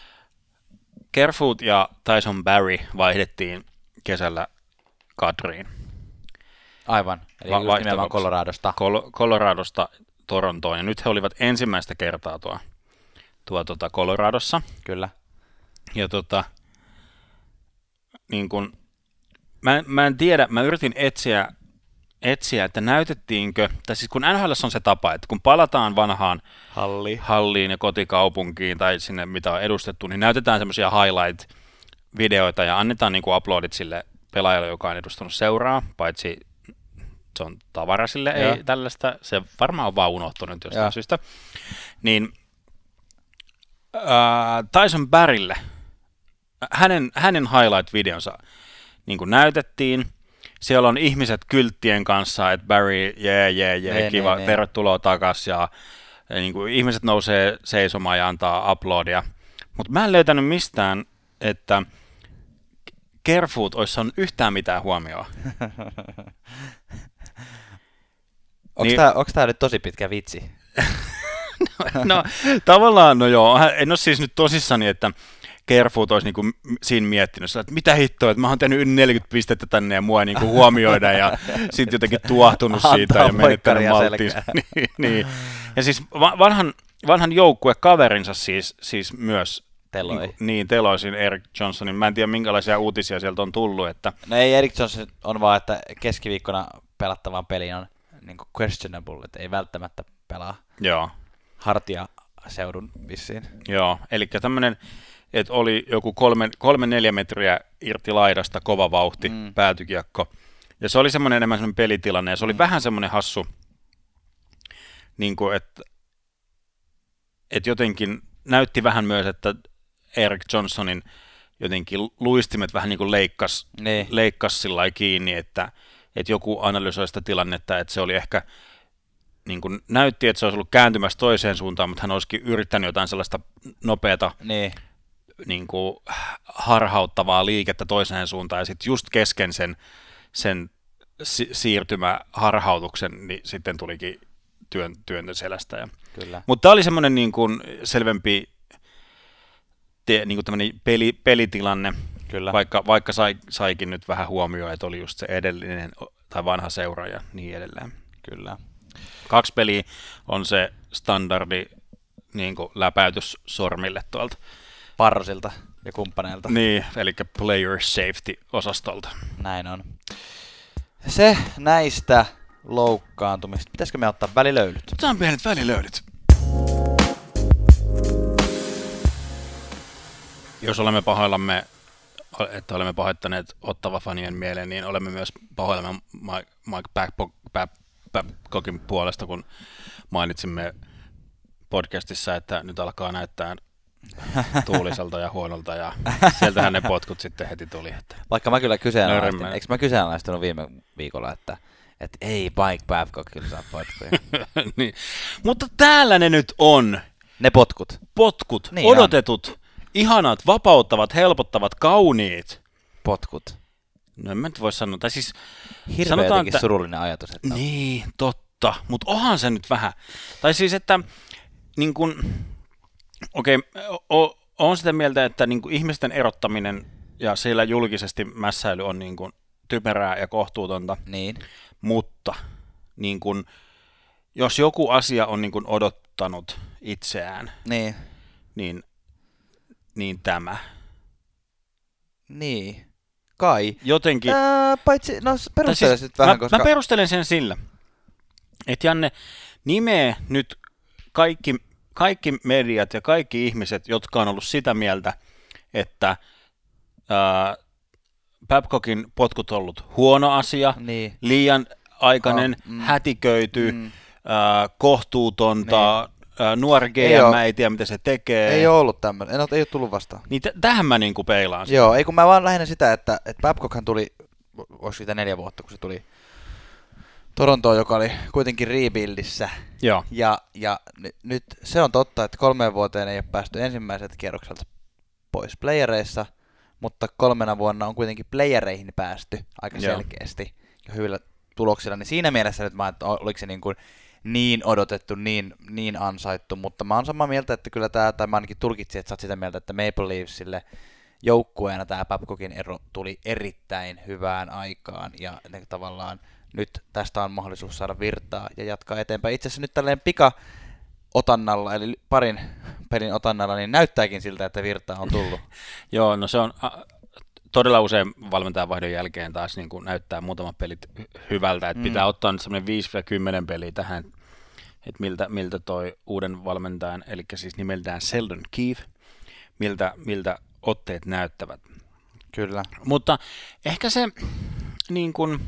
Kerfoot ja Tyson Barrie vaihdettiin kesällä Kadriin. Aivan, eli Va- nimenomaan Coloradosta. Col- Coloradosta Torontoon, ja nyt he olivat ensimmäistä kertaa tuo, tuo tuota Coloradossa. Kyllä. Ja tota, niin kun, mä, mä en tiedä, mä yritin etsiä, etsiä, että näytettiinkö, tai siis kun N H L:ssä on se tapa, että kun palataan vanhaan Halli. halliin ja kotikaupunkiin tai sinne mitä on edustettu, niin näytetään semmoisia highlight-videoita ja annetaan niin kuin uploadit sille pelaajalle, joka on edustanut seuraa, paitsi se on tavara sille, ja. Ei tällaista, se varmaan on vaan unohtunut jostain ja. Syystä. Niin äh, Tyson Barrielle, hänen, hänen highlight-videonsa niin kuin näytettiin, siellä on ihmiset kylttien kanssa, että Barry, jee, jee, jee, kiva, ne, tervetuloa takaisin, ja, ja niin kuin ihmiset nousee seisomaan ja antaa uploadia. Mutta mä en löytänyt mistään, että Kerfoot olisi saanut yhtään mitään huomioon. Onko niin, tämä nyt tosi pitkä vitsi? no, no tavallaan, no joo, en ole siis nyt tosissani, että Kerfoot olisi niinku siinä miettinyt, että mitä hittoa, että mä oon tehnyt yli neljäkymmentä pistettä tänne ja mua ei niinku huomioida ja sitten jotenkin tuahtunut siitä ja menettänyt malttiinsa. niin, niin. Ja siis vanhan, vanhan joukkuekaverinsa siis, siis myös teloi. Niin, niin, teloisin Erik Johnsonin. Mä en tiedä minkälaisia uutisia sieltä on tullut. Että no ei Erik Johnson on vaan, että keskiviikkona pelattavan peli on niin kuin questionable, että ei välttämättä pelaa. Joo. Hartiaseudun vissiin. Joo, eli tämmöinen, että oli joku kolme, kolme neljä metriä irti laidasta, kova vauhti, mm. päätykiekko. Ja se oli semmoinen enemmän semmoinen pelitilanne, ja se oli mm. vähän semmoinen hassu, niin kuin, että, että jotenkin näytti vähän myös, että Erik Johnsonin jotenkin luistimet vähän niin kuin leikkasi niin. leikkas sillä lailla kiinni, että, että joku analysoi sitä tilannetta, että se oli ehkä, niin kuin näytti, että se olisi ollut kääntymässä toiseen suuntaan, mutta hän olisikin yrittänyt jotain sellaista nopeata, niin. Niin kuin harhauttavaa liikettä toiseen suuntaan, ja sitten just kesken sen, sen si- siirtymäharhautuksen, niin sitten tulikin työn, työntö selästä. Ja. Mutta tämä oli semmoinen niin kuin selvempi te, niin kuin tämmöinen peli, pelitilanne, Kyllä. vaikka, vaikka sai, saikin nyt vähän huomioon, että oli just se edellinen tai vanha seura ja niin edelleen. Kyllä. Kaksi peliä on se standardi niin kuin läpäytys sormille tuolta Parrosilta ja kumppaneilta. Niin, eli player safety-osastolta. Näin on. Se näistä loukkaantumista. Pitäisikö me ottaa välilöylyt? Otetaan pienet välilöylyt. Jos olemme pahoillamme, että olemme pahoittaneet Ottava-fanien mieleen, niin olemme myös pahoillamme Mike, Mike Babcockin puolesta, kun mainitsimme podcastissa, että nyt alkaa näyttää tuuliselta ja huonolta, ja sieltähän ne potkut sitten heti tuli. Että vaikka mä kyllä kyseenalaistin, eikö mä kyseenalaistunut viime viikolla, että, että ei Mike Babcock kyllä saa potkuja. Niin. Mutta täällä ne nyt on. Ne potkut. Potkut, niin odotetut, on. Ihanat, vapauttavat, helpottavat, kauniit. Potkut. No en mä nyt voi sanoa, tai siis hirveä sanotaan, jotenkin että surullinen ajatus. Että niin, totta, mutta onhan se nyt vähän. Tai siis, että niin kun, okei, okay, olen sitä mieltä, että niin kun ihmisten erottaminen ja siellä julkisesti mässäily on niin kun typerää ja kohtuutonta, niin. Mutta niin kun, jos joku asia on niin kun odottanut itseään, niin, niin, niin tämä. Niin, kai. Jotenkin. Ää, paitsi, no perustele siis, nyt vähän, mä, koska mä perustelen sen sillä, että Janne, nimee nyt kaikki, kaikki mediat ja kaikki ihmiset, jotka on ollut sitä mieltä, että ää, Babcockin potkut on ollut huono asia, niin. liian aikainen, oh, mm, hätiköity, mm. ää, kohtuutonta, niin. ää, nuori G M, ei, ei tiedä mitä se tekee. Ei ole ollut tämmöinen, en ole, ei ole tullut vastaan. Niin t- tähän mä niinku peilaan. Sitä. Joo, ei kun mä vaan lähinnä sitä, että, että Babcockhan tuli, olisiko siitä neljä vuotta, kun se tuli Torontoon, joka oli kuitenkin rebuildissä. Joo. Ja, ja n- nyt se on totta, että kolmeen vuoteen ei ole päästy ensimmäiseltä kierrokselta pois playereissa, mutta kolmena vuonna on kuitenkin playereihin päästy aika Joo. selkeästi ja hyvillä tuloksilla. Niin siinä mielessä nyt mä että oliko se niin, kuin niin odotettu, niin, niin ansaittu, mutta mä oon samaa mieltä, että kyllä tämä, tai mä ainakin tulkitsin, että sä oot sitä mieltä, että Maple Leafsille joukkueena tämä Babcockin ero tuli erittäin hyvään aikaan ja ne tavallaan nyt tästä on mahdollisuus saada virtaa ja jatkaa eteenpäin. Itse asiassa nyt tällainen pika otannalla, eli parin pelin otannalla, niin näyttääkin siltä, että virtaa on tullut. Joo, no se on a, todella usein valmentajan vaihdon jälkeen taas niin kuin näyttää muutamat pelit hy- hyvältä, että mm. pitää ottaa nyt semmoinen viisi kymmenen peliä tähän, että miltä, miltä toi uuden valmentajan, eli siis nimeltään Sheldon Keefe, miltä, miltä otteet näyttävät. Kyllä. Mutta ehkä se niin kuin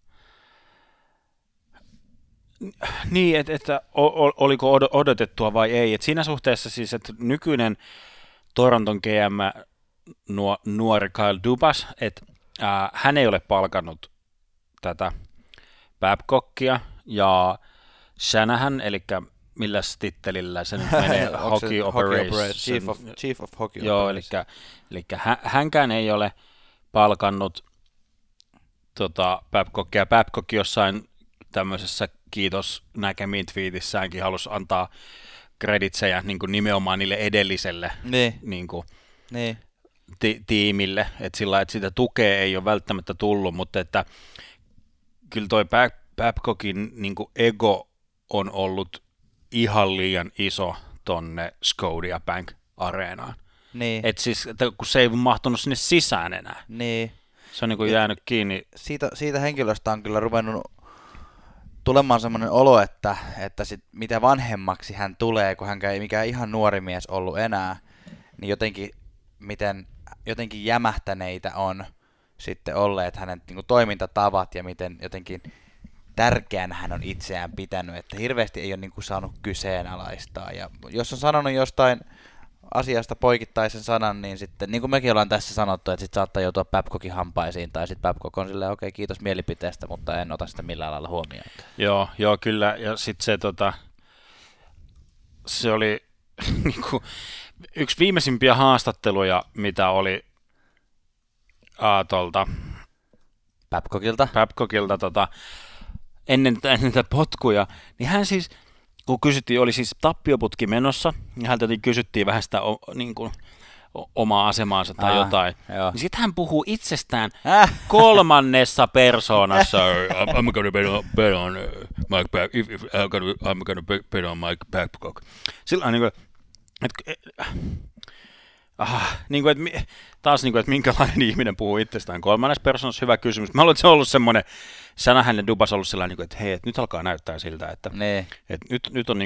niin, että, että oliko odotettua vai ei. Et siinä suhteessa siis, että nykyinen Toronton G M, nuo, nuori Kyle Dubas, että ää, hän ei ole palkannut tätä Babcockia, ja Shanahan, eli millä tittelillä se nyt menee, Hockey Operations. Chief of, Chief of Hockey Joo, Operations. eli, eli hänkään ei ole palkannut tota, Babcockia. Babcock jossain tämmöisessä kiitos näkemiin twiitissäänkin halusi antaa kreditsejä niin kuin nimenomaan niille edelliselle niin. Niin kuin, niin. ti- tiimille, että sillä että sitä tukea ei ole välttämättä tullut, mutta että kyllä toi Babcockin niin kuin ego on ollut ihan liian iso tonne Scotiabank-areenaan. Niin. Et siis, että kun se ei mahtunut sinne sisään enää. Niin. Se on niin kuin jäänyt kiinni. Siitä, siitä henkilöstä on kyllä ruvennut tulemaan semmoinen olo, että, että sit mitä vanhemmaksi hän tulee, kun hän ei mikään ihan nuori mies ollut enää, niin jotenkin, miten, jotenkin jämähtäneitä on sitten olleet hänen niin kuin toimintatavat ja miten jotenkin tärkeänä hän on itseään pitänyt, että hirveästi ei ole niin kuin saanut kyseenalaistaa. Ja jos on sanonut jostain asiasta poikittaisen sanan, niin sitten, niin kuin mekin ollaan tässä sanottu, että sit saattaa joutua Babcockin hampaisiin, tai sitten Babcock on silleen, okei, okay, kiitos mielipiteestä, mutta en ota sitä millään lailla huomioon. Joo, joo, kyllä, ja sitten se, tota, se oli niinku, yksi viimeisimpiä haastatteluja, mitä oli aa, tolta, Babcockilta? Babcockilta tota, ennen, ennen tätä potkuja, niin hän siis, kun kysyttiin, oli siis tappioputki menossa, ja häntä kysyttiin vähän sitä o, niin kuin, o, omaa asemaansa tai ah, jotain, joo. Niin sitten hän puhuu itsestään äh. kolmannessa persoonassa. I'm gonna bet on, bet on Mike Babcock, if, if, I'm gonna, I'm gonna bet on Mike Babcock. Sillä niin kuin, että ah, niin kuin, että taas niin kuin, että minkälainen ihminen puhuu itsestään kolmannessa persoonassa, hyvä kysymys. Mä luulen, että se on ollut semmoinen, Shanahan ja Dubas on ollut sellainen, että hei, että nyt alkaa näyttää siltä, että, nee. että nyt, nyt on niin kuin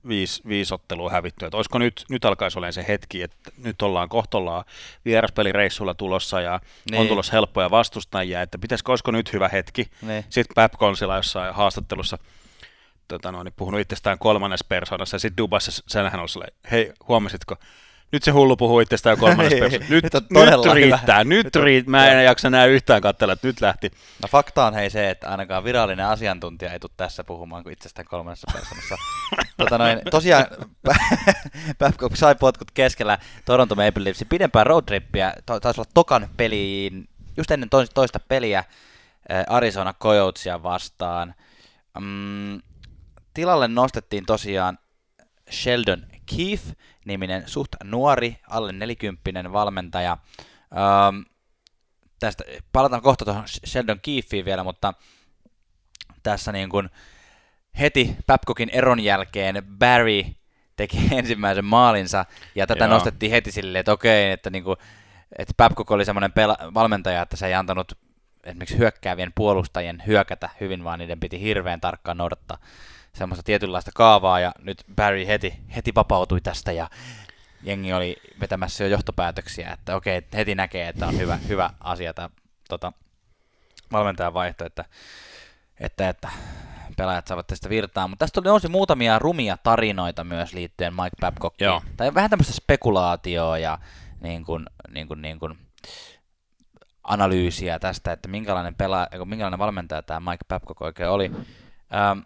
viisi, viisi ottelua hävitty. Että olisiko nyt, nyt alkaisi olemaan se hetki, että nyt ollaan kohtollaan vieraspelireissulla tulossa ja niin. on tulossa helppoja vastustajia, että pitäisikö, olisiko nyt hyvä hetki. Niin. Sitten Pep Konsila jossain haastattelussa tota noin, puhunut itsestään kolmannessa persoonassa ja sitten Dubassa senhän on silleen, hei huomasitko, nyt se hullu puhuu itsestään kolmannessa persoonassa. Nyt, nyt, nyt riittää, nyt, nyt riittää. Mä en jaksa enää yhtään katsella, että nyt lähti. No fakta on hei se, että ainakaan virallinen asiantuntija ei tule tässä puhumaan kuin itsestään kolmannessa persoonassa. tota noin, tosiaan Babcock sai potkut keskellä Toronto Maple Leafsin pidempää roadtrippiä. Taisi olla tokan peliin, just ennen toista peliä Arizona Coyotesia vastaan. Mm, tilalle nostettiin tosiaan Sheldon Keefe-niminen suht nuori, alle nelikymppinen valmentaja. Ähm, tästä palataan kohta tuohon Sheldon Keefeen vielä, mutta tässä niin kuin heti Babcockin eron jälkeen Barry teki ensimmäisen maalinsa, ja tätä Joo. nostettiin heti silleen, että okei, että, niin kuin, että Babcock oli semmoinen pela- valmentaja, että se ei antanut esimerkiksi hyökkäävien puolustajien hyökätä hyvin, vaan niiden piti hirveän tarkkaan noudattaa semmoista tietynlaista kaavaa, ja nyt Barry heti, heti vapautui tästä, ja jengi oli vetämässä jo johtopäätöksiä, että okei, että heti näkee, että on hyvä, hyvä asia tämä tota, valmentajan vaihto, että, että, että pelaajat saavat tästä virtaa, mutta tästä nousi muutamia rumia tarinoita myös liittyen Mike Babcockiin, Joo. tai vähän tämmöistä spekulaatioa ja niin kuin, niin kuin, niin kuin analyysiä tästä, että minkälainen, pelaaja, minkälainen valmentaja tämä Mike Babcock oikein oli. Ähm,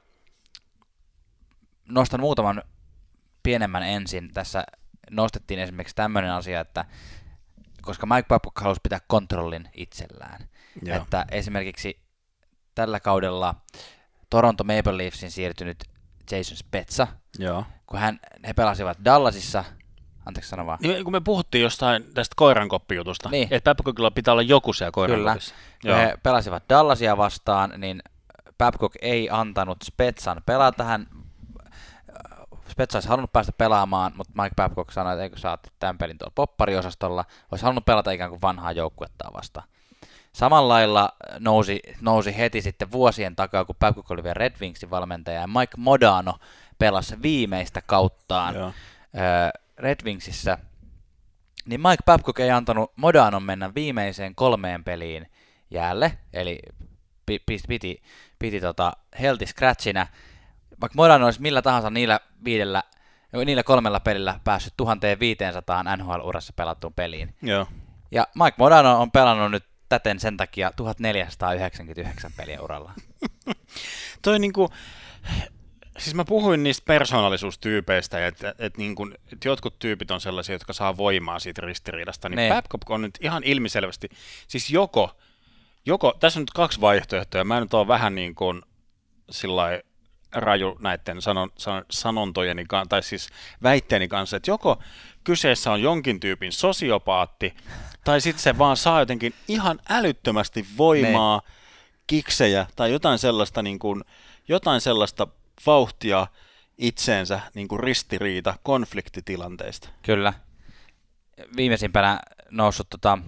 Nostan muutaman pienemmän ensin. Tässä nostettiin esimerkiksi tämmöinen asia, että koska Mike Babcock halusi pitää kontrollin itsellään, Joo. että esimerkiksi tällä kaudella Toronto Maple Leafsin siirtynyt Jason Spezza, Joo. kun hän, he pelasivat Dallasissa, anteeksi sano vaan. Niin, kun me puhuttiin jostain tästä koirankoppijutusta, niin. että Babcockilla pitää olla joku siellä koirankopissa. Kyllä, kun he pelasivat Dallasia vastaan, niin Babcock ei antanut Spezzan pelata. Hän Spezza olisi halunnut päästä pelaamaan, mutta Mike Babcock sanoi, että eikö sä oot tämän pelin tuolla poppariosastolla, olisi halunnut pelata ikään kuin vanhaa joukkuetta vastaan. Samalla lailla nousi, nousi heti sitten vuosien takaa, kun Babcock oli vielä Red Wingsin valmentaja, ja Mike Modano pelasi viimeistä kauttaan Joo. Red Wingsissä, niin Mike Babcock ei antanut Modanon mennä viimeiseen kolmeen peliin jäälle, eli piti, piti, piti tota healthy scratchinä, vaikka Modano olisi millä tahansa niillä, viidellä, niillä kolmella pelillä päässyt tuhatviisisataa N H L-urassa pelattuun peliin. Joo. Ja Mike Modano on pelannut nyt täten sen takia tuhatneljäsataayhdeksänkymmentäyhdeksän peliä uralla. Toi niinku, siis mä puhuin niistä persoonallisuustyypeistä, että et niinku, et jotkut tyypit on sellaisia, jotka saa voimaa siitä ristiriidasta, niin Babcock on nyt ihan ilmiselvästi, siis joko, joko, tässä on nyt kaksi vaihtoehtoja, mä nyt oon vähän niin kuin sillai raju näiden sanon, sanon, sanontojeni kanssa, tai siis väitteeni kanssa, että joko kyseessä on jonkin tyypin sosiopaatti, tai sitten se vaan saa jotenkin ihan älyttömästi voimaa, ne. kiksejä, tai jotain sellaista, niin kuin, jotain sellaista vauhtia itseensä niin kuin ristiriita konfliktitilanteista. Kyllä. Viimeisimpänä noussut tota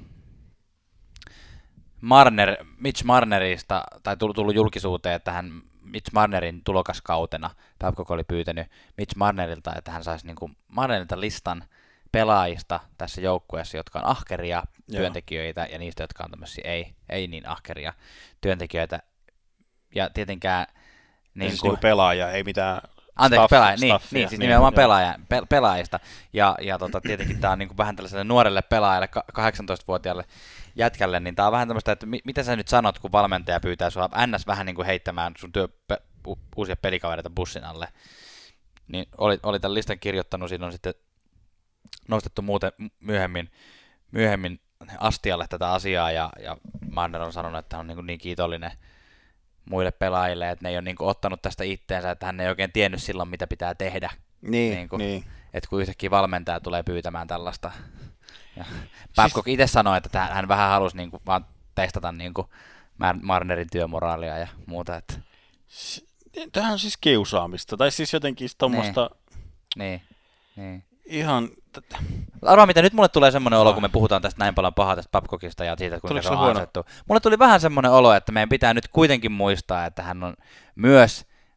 Marner, Mitch Marnerista, tai tullut, tullut julkisuuteen, että hän Mitch Marnerin tulokaskautena Babcock oli pyytänyt Mitch Marnerilta, että hän saisi niin kuin Marnerilta listan pelaajista tässä joukkueessa, jotka on ahkeria Joo. työntekijöitä, ja niistä, jotka on tämmöisiä ei, ei niin ahkeria työntekijöitä. Ja tietenkään niin siis kuin pelaaja, ei mitään Anteeksi, staff, pelaaja, niin, staffia, niin, siis niin, nimenomaan pelaaja, pe, pelaajista. Ja, ja tota, tietenkin tämä on niin kuin vähän tällaiselle nuorelle pelaajalle, kahdeksantoistavuotiaalle jätkälle, niin tämä on vähän tämmöistä, että mi, mitä sä nyt sanot, kun valmentaja pyytää sua ns. Vähän niin kuin heittämään sun työ, pe, u, uusia pelikavereita bussin alle. Niin oli, oli tämän listan kirjoittanut, siinä on sitten nostettu muuten myöhemmin, myöhemmin astialle tätä asiaa, ja, ja Marner on sanonut, että hän on niin, niin kiitollinen muille pelaajille, että ne ei ole niin kuin ottanut tästä itteensä, että hän ei oikein tiennyt silloin, mitä pitää tehdä. Niin, niin kuin, niin. Että kun yhtäkkiä valmentaja tulee pyytämään tällaista. Ja Babcock siis itse sanoi, että hän vähän halusi niin kuin vaan testata niin kuin Marnerin työmoraalia ja muuta. Että tämähän on siis kiusaamista, tai siis jotenkin tuommoista niin, niin. ihan Arvaa mitä, nyt mulle tulee semmoinen olo, kun me puhutaan tästä näin paljon pahaa tästä Babcockista ja siitä, kuinka se on asettu. Mulle tuli vähän semmoinen olo, että meidän pitää nyt kuitenkin muistaa, että hän on myös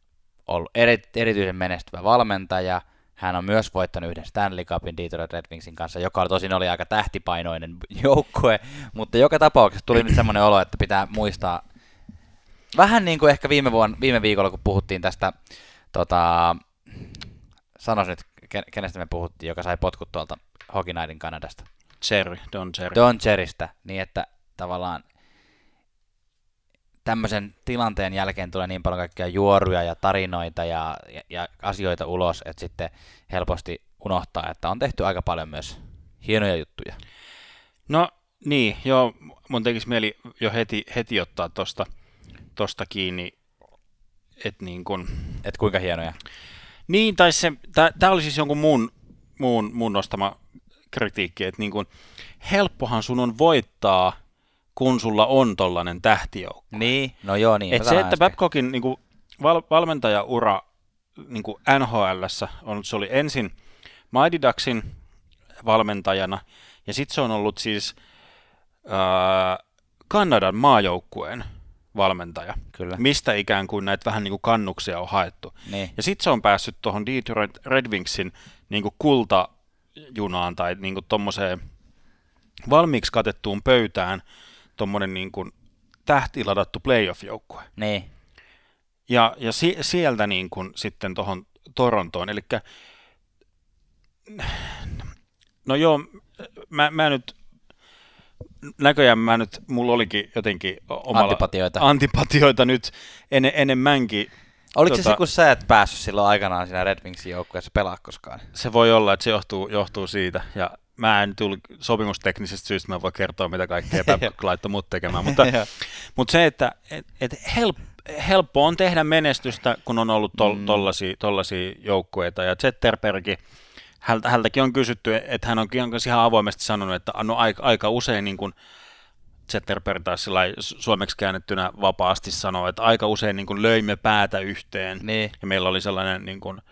ollut eri, erityisen menestyvä valmentaja. Hän on myös voittanut yhden Stanley Cupin Detroit Red Wingsin kanssa, joka tosin oli aika tähtipainoinen joukkue, mutta joka tapauksessa tuli nyt semmoinen olo, että pitää muistaa, vähän niin kuin ehkä viime, vuonna, viime viikolla, kun puhuttiin tästä, tota, sanois nyt, kenestä me puhuttiin, joka sai potkut tuolta Hockey Nightin Kanadasta. Cherry, Don Cherry. Don Cherrystä, niin että tavallaan tämmöisen tilanteen jälkeen tulee niin paljon kaikkia juoruja ja tarinoita ja, ja, ja asioita ulos, että sitten helposti unohtaa, että on tehty aika paljon myös hienoja juttuja. No niin, joo, mun tekisi mieli jo heti, heti ottaa tosta, tosta kiinni, että niin kun... Et kuinka hienoja? Niin, tai se, tää oli siis jonkun muun, muun, muun nostama kritiikki, että niin kun, helppohan sun on voittaa, kun sulla on tollainen tähtijoukko. Niin, no joo niin. Et se, että Babcockin niin kuin, val, valmentajaura niin kuin N H L:ssä on, se oli ensin Mighty Ducksin valmentajana, ja sitten se on ollut siis ää, Kanadan maajoukkueen valmentaja, Kyllä. mistä ikään kuin näitä vähän niin kuin kannuksia on haettu. Niin. Ja sitten se on päässyt tuohon Detroit Red Wingsin niin kuin kultajunaan tai niin kuin tommoseen valmiiksi katettuun pöytään, tommonen niin kuin tähtiladattu playoff-joukkue. Niin. Ja, ja si- sieltä niin kuin sitten tuohon Torontoon, eli no joo, mä, mä nyt, näköjään mä nyt, mulla olikin jotenkin omalla, Antipatioita. antipatioita nyt en, enemmänkin. Oliko tota, se se, kun sä et päässyt silloin aikanaan siinä Red Wingsin joukkueessa pelaa koskaan? Se voi olla, että se johtuu, johtuu siitä, ja mä en tullut sopimusteknisestä syystä, mä en voi kertoa, mitä kaikkea Babcock laittoi mut tekemään, mutta, mutta se, että et, et help, helppo on tehdä menestystä, kun on ollut tol, mm. tollaisia, tollaisia joukkueita, ja Zetterbergkin, hältä, hältäkin on kysytty, että hän onkin ihan avoimesti sanonut, että no aika, aika usein niin kuin Zetterberg taas suomeksi käännettynä vapaasti sanoo, että aika usein niin kuin löimme päätä yhteen, niin. Ja meillä oli sellainen niin kuin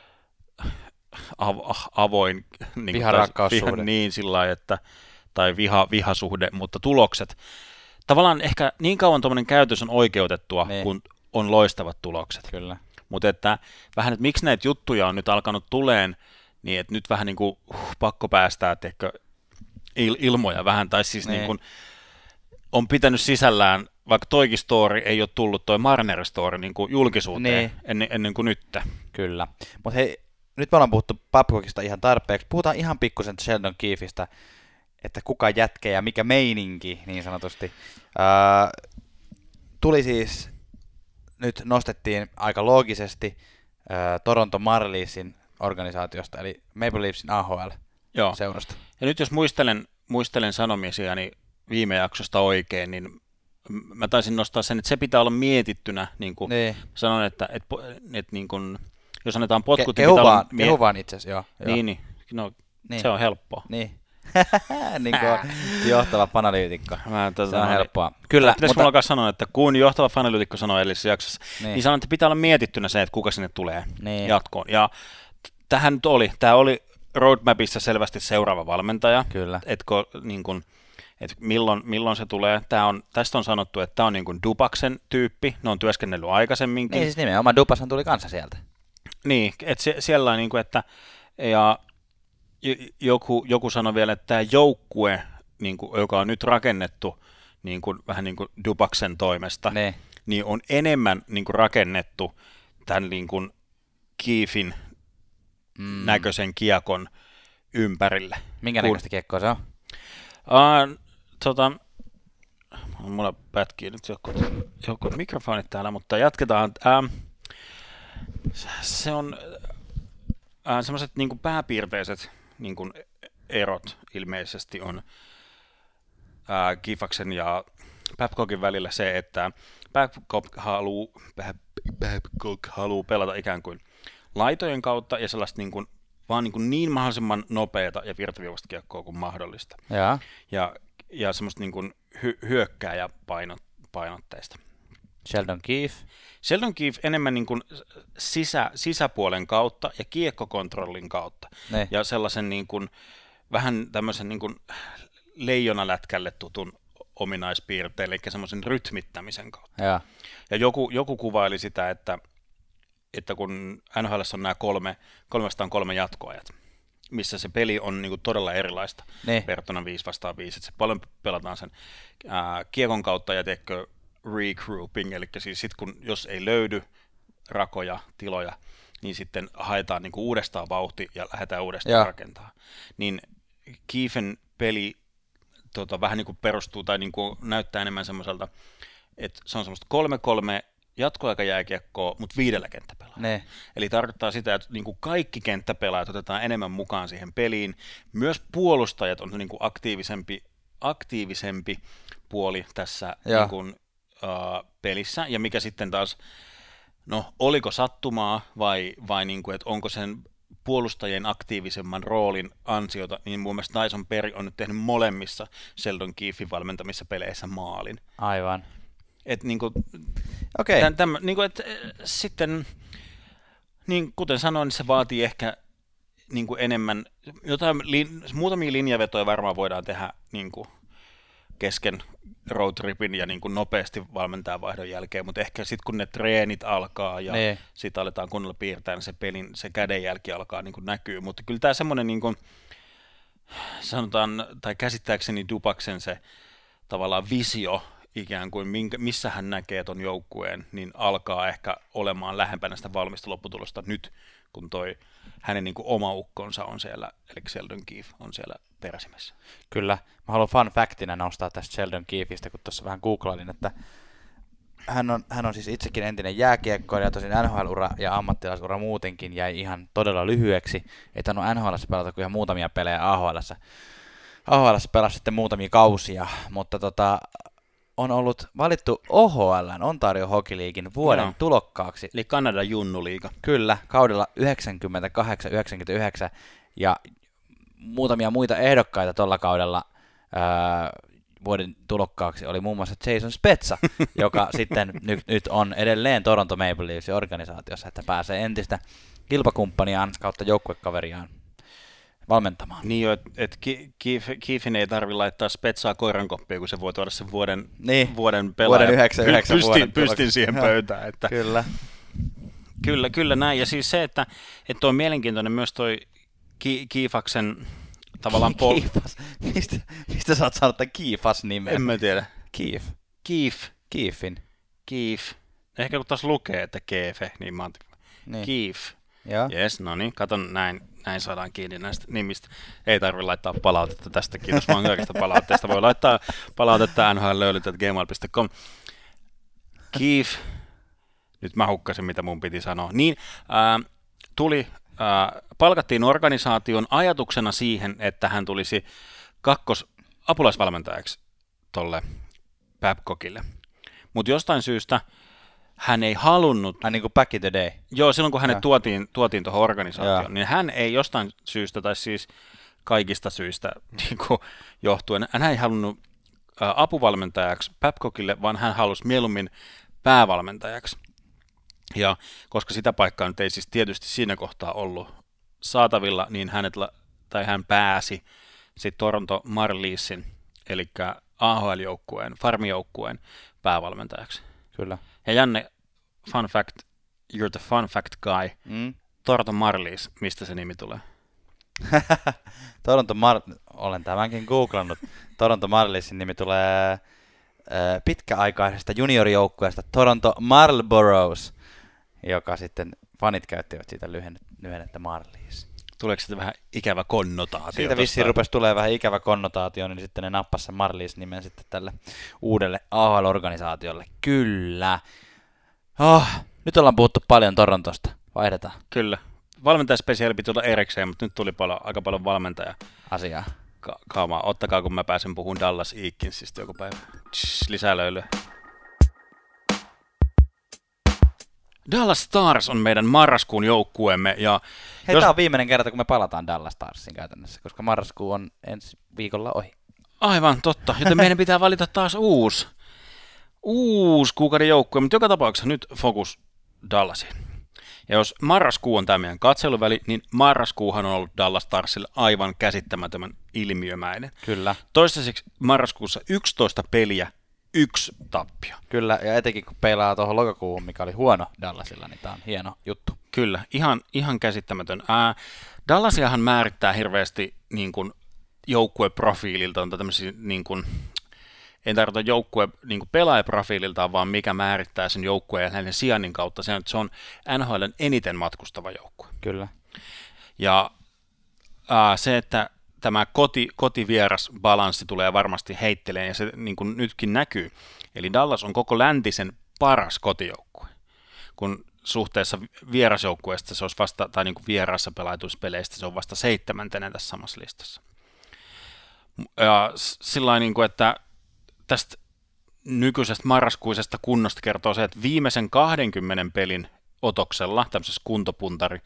avoin niin viha-rakkaussuhde. Niin sillä lailla, että tai viha, vihasuhde, mutta tulokset. Tavallaan ehkä niin kauan tuommoinen käytös on oikeutettua, niin. kun on loistavat tulokset. Kyllä. Mutta että vähän, että miksi näitä juttuja on nyt alkanut tuleen, niin että nyt vähän niin kuin uh, pakko päästää teikö, il, ilmoja vähän, tai siis niin. Niin kuin on pitänyt sisällään, vaikka toikin story ei ole tullut, toi Marner-story niin kuin julkisuuteen niin. ennen, ennen kuin nyt. Kyllä. Mutta hei, nyt me ollaan puhuttu Babcockista ihan tarpeeksi. Puhutaan ihan pikkusen Sheldon Keefeistä, että kuka jätkä ja mikä meininki, niin sanotusti. Ää, tuli siis, nyt nostettiin aika loogisesti ää, Toronto Marliesin organisaatiosta, eli Maple Leafsin A H L-seurasta. Ja nyt jos muistelen, muistelen sanomisiani viime jaksosta oikein, niin mä taisin nostaa sen, että se pitää olla mietittynä, niin kuin niin. Sanon, että, että, että niin kuin, jos annetaan potkut, Ke- niin pitää vaan, olla... Kehu vaan itse asiassa, joo. Niin, niin, no, niin. Se on helppoa. Niin. niin kuin johtava fanalyytikko. Mä, tota, se on no, helppoa. Kyllä, pitäisikö mutta... mulla alkaa sanoa, että kun johtava fanalyytikko sanoi edellisessä jaksossa, niin, niin sanon, että pitää olla mietittynä se, että kuka sinne tulee niin. jatkoon. Ja tähän nyt oli, tämä oli roadmapissa selvästi seuraava valmentaja. Kyllä. Etkö, niin kuin, että milloin, milloin se tulee. Tämä on, tästä on sanottu, että tämä on niin kuin Dubaksen tyyppi. Ne on työskennellyt aikaisemminkin. Niin siis nimenomaan Dubashan tuli kanssa sieltä. Niin, että se, siellä on niin kuin, että ja joku, joku sanoi vielä, että tämä joukkue, niin kuin, joka on nyt rakennettu niin kuin, vähän niin kuin Dubaksen toimesta, ne. niin on enemmän niin kuin rakennettu tämän niin kuin Keefin mm. näköisen kiekon ympärille. Minkä Kun... näköistä kiekkoa se on? Uh, tota, mulla pätkii nyt joku, joku mikrofonit täällä, mutta jatketaan. Uh, se on uh, semmoiset niin kuin pääpiirteiset niin kuin erot ilmeisesti on uh, Kifaksen ja Babcockin välillä se, että Babcock haluaa Babcock haluu pelata ikään kuin laitojen kautta ja sellaista niin kuin vaan niin, kuin niin mahdollisimman nopeata ja virtaviivasta kiekkoa kuin mahdollista. Ja, ja, ja semmoista niin kuin hy- hyökkääjäpainotteista. Sheldon Keefe? Sheldon Keefe enemmän niin kuin sisä, sisäpuolen kautta ja kiekkokontrollin kautta. Ne. Ja sellaisen niin kuin, vähän tämmöisen niin kuin leijonalätkälle tutun ominaispiirteen, eli semmoisen rytmittämisen kautta. Ja, ja joku, joku kuvaili sitä, että että kun N H L:ssä on nämä kolme, kolmesataakolme jatkoajat, missä se peli on niin kuin todella erilaista ne. verrattuna viisi vastaan viisi, että se paljon pelataan sen ää, kiekon kautta ja teekö regrouping, eli siis sit kun jos ei löydy rakoja, tiloja, niin sitten haetaan niin kuin uudestaan vauhti ja lähdetään uudestaan ja. rakentaa. Niin Keefen peli tota, vähän niin kuin perustuu tai niin kuin näyttää enemmän semmoiselta, että se on semmoista kolme kolme jatkoaikajääkiekkoa, mutta viidellä kenttäpelaa. Ne. Eli tarkoittaa sitä, että niin kuin kaikki kenttäpelaajat otetaan enemmän mukaan siihen peliin. Myös puolustajat on niin kuin aktiivisempi, aktiivisempi puoli tässä niin kuin, uh, pelissä, ja mikä sitten taas, no oliko sattumaa vai, vai niin kuin, että onko sen puolustajien aktiivisemman roolin ansiota, niin mun mielestä Tyson Perry on nyt tehnyt molemmissa Sheldon Keefin valmentamissa peleissä maalin. Aivan. Et niinku, okay. tämän, tämän, niinku, et, sitten, niin kuten sanoin, se vaatii ehkä niinku enemmän, jotain, li, muutamia linjavetoja varmaan voidaan tehdä niinku, kesken roadtripin ja niinku, nopeasti valmentajan vaihdon jälkeen, mutta ehkä sitten kun ne treenit alkaa ja ne. Sitten aletaan kunnolla piirtää, niin se pelin, se kädenjälki alkaa niinku, näkyy, mutta kyllä tämä semmoinen, niinku, sanotaan, tai käsittääkseni Dubaksen se tavallaan visio, ikään kuin minkä, missä hän näkee ton joukkueen, niin alkaa ehkä olemaan lähempänä sitä valmista lopputulosta nyt, kun toi hänen niin kuin oma ukkonsa on siellä, eli Sheldon Keefe on siellä peräsimessä. Kyllä. Mä haluan fun factina nostaa tästä Sheldon Keefeistä, kun tuossa vähän googlailin, että hän on, hän on siis itsekin entinen jääkiekkoilija, tosin N H L-ura ja ammattilaisura muutenkin jäi ihan todella lyhyeksi, että hän on N H L:ssä pelata kuin ihan muutamia pelejä A H L:ssä. A H L:ssä pelasi sitten muutamia kausia, mutta tota, on ollut valittu O H L:n Ontario Hockey Leaguein vuoden no. tulokkaaksi. Eli Kanadan junnuliiga. Kyllä, kaudella yhdeksänkymmentäkahdeksan yhdeksänkymmentäyhdeksän ja muutamia muita ehdokkaita tuolla kaudella ää, vuoden tulokkaaksi oli muun muassa Jason Spezza, joka sitten nyt, nyt on edelleen Toronto Maple Leafsin organisaatiossa, että pääsee entistä kilpakumppaniaan kautta joukkuekaveriaan valmentamaan. Niin jo, että et Keefin ei tarvitse laittaa Spetsaa koirankoppiin, kun se voi tuoda sen vuoden, niin. vuoden pelaajan. Vuoden yhdeksänkymmentäyhdeksän pystin, vuoden pystin siihen pöytään. Että kyllä. Kyllä, kyllä näin. Ja siis se, että, että on mielenkiintoinen myös toi Ki- Kiifaksen tavallaan... Ki- pol- Kiifas? Mistä, mistä sä oot saanut tämän Kiifas-nimen? En mä tiedä. Kiif. Kiif. Kiifin. Kiif. Ehkä kun taas lukee, että Keefe, niin mä oon... Niin. Kiif. Joo. Jes, no niin, katon näin. Näin saadaan kiinni näistä nimistä. Ei tarvitse laittaa palautetta tästä. Kiitos vaan kaikista palautteesta. Voi laittaa palautetta n h l löylyt at gmail piste com. Keef. Nyt mä hukkasin, mitä mun piti sanoa. Niin, ää, tuli, ää, palkattiin organisaation ajatuksena siihen, että hän tulisi kakkos apulaisvalmentajaksi tolle Babcockille. Mutta jostain syystä hän ei halunnut... Ai niin kuin back in the day. Joo, silloin kun hänet ja. tuotiin, tuotiin tuohon organisaatioon, ja. niin hän ei jostain syystä, tai siis kaikista syistä niin kuin johtuen, hän ei halunnut ä, apuvalmentajaksi Babcockille, vaan hän halusi mieluummin päävalmentajaksi. Ja koska sitä paikkaa nyt ei siis tietysti siinä kohtaa ollut saatavilla, niin hänet, tai hän pääsi sitten Toronto Marliessin, eli A H L-joukkueen, farmijoukkueen päävalmentajaksi. Kyllä. Ja Janne, fun fact, you're the fun fact guy. Mm. Toronto Marlies, mistä se nimi tulee? Toronto Mar- olen tämänkin googlannut. Toronto Marliesin nimi tulee äh, pitkäaikaisesta juniorijoukkueesta Toronto Marlboroughs, joka sitten fanit käyttivät siitä lyhennettä Marlies. Tuleeko sitten vähän ikävä konnotaatio? Siitä vissiin rupesi tulee vähän ikävä konnotaatio, niin sitten ne nappasi sen Marlies-nimen sitten tälle uudelle A H L-organisaatiolle. Kyllä. Oh, nyt ollaan puhuttu paljon Torontosta. Vaihdetaan. Kyllä. Valmentajaspesiaali piti olla erikseen, mutta nyt tuli paljon, aika paljon valmentaja. Asiaa. Ka- kaamaa. Ottakaa, kun mä pääsen puhumaan Dallas Eakinsista joku päivä. Tsh, lisää löylyä. Dallas Stars on meidän marraskuun joukkueemme. Ja Hei, jos... tämä on viimeinen kerta, kun me palataan Dallas Starsin käytännössä, koska marraskuu on ensi viikolla ohi. Aivan, totta. Joten meidän pitää valita taas uusi, uusi kuukauden joukkue, mutta joka tapauksessa nyt fokus Dallasiin. Ja jos marraskuu on tämä meidän katseluväli, niin marraskuuhan on ollut Dallas Starsille aivan käsittämättömän ilmiömäinen. Kyllä. Toistaiseksi marraskuussa yksitoista peliä, yksi tappio. Kyllä, ja etenkin kun peilaa tuohon lokakuuhun, mikä oli huono Dallasilla, niin tämä on hieno juttu. Kyllä, ihan, ihan käsittämätön. Ää, Dallasiahan määrittää hirveästi niin kuin joukkueprofiililta, on tämmöisiä, niin kuin, en tarkoita joukkue niin kuin pelaajaprofiililtaan, vaan mikä määrittää sen joukkueen ja näiden sijainnin kautta. Se on, se on N H L:n eniten matkustava joukkue. Kyllä. Ja ää, se, että tämä koti, kotivieras-balanssi tulee varmasti heitteleen, ja se niin kuin nytkin näkyy. Eli Dallas on koko läntisen paras kotijoukkue, kun suhteessa vierasjoukkueesta se olisi vasta, tai niin kuin vieraassa pelaituissa peleistä se on vasta seitsemäntenä tässä samassa listassa. Ja sillain, niin kuin, että tästä nykyisestä marraskuisesta kunnosta kertoo se, että viimeisen kahdenkymmenen pelin otoksella, tämmöisessä kuntopuntari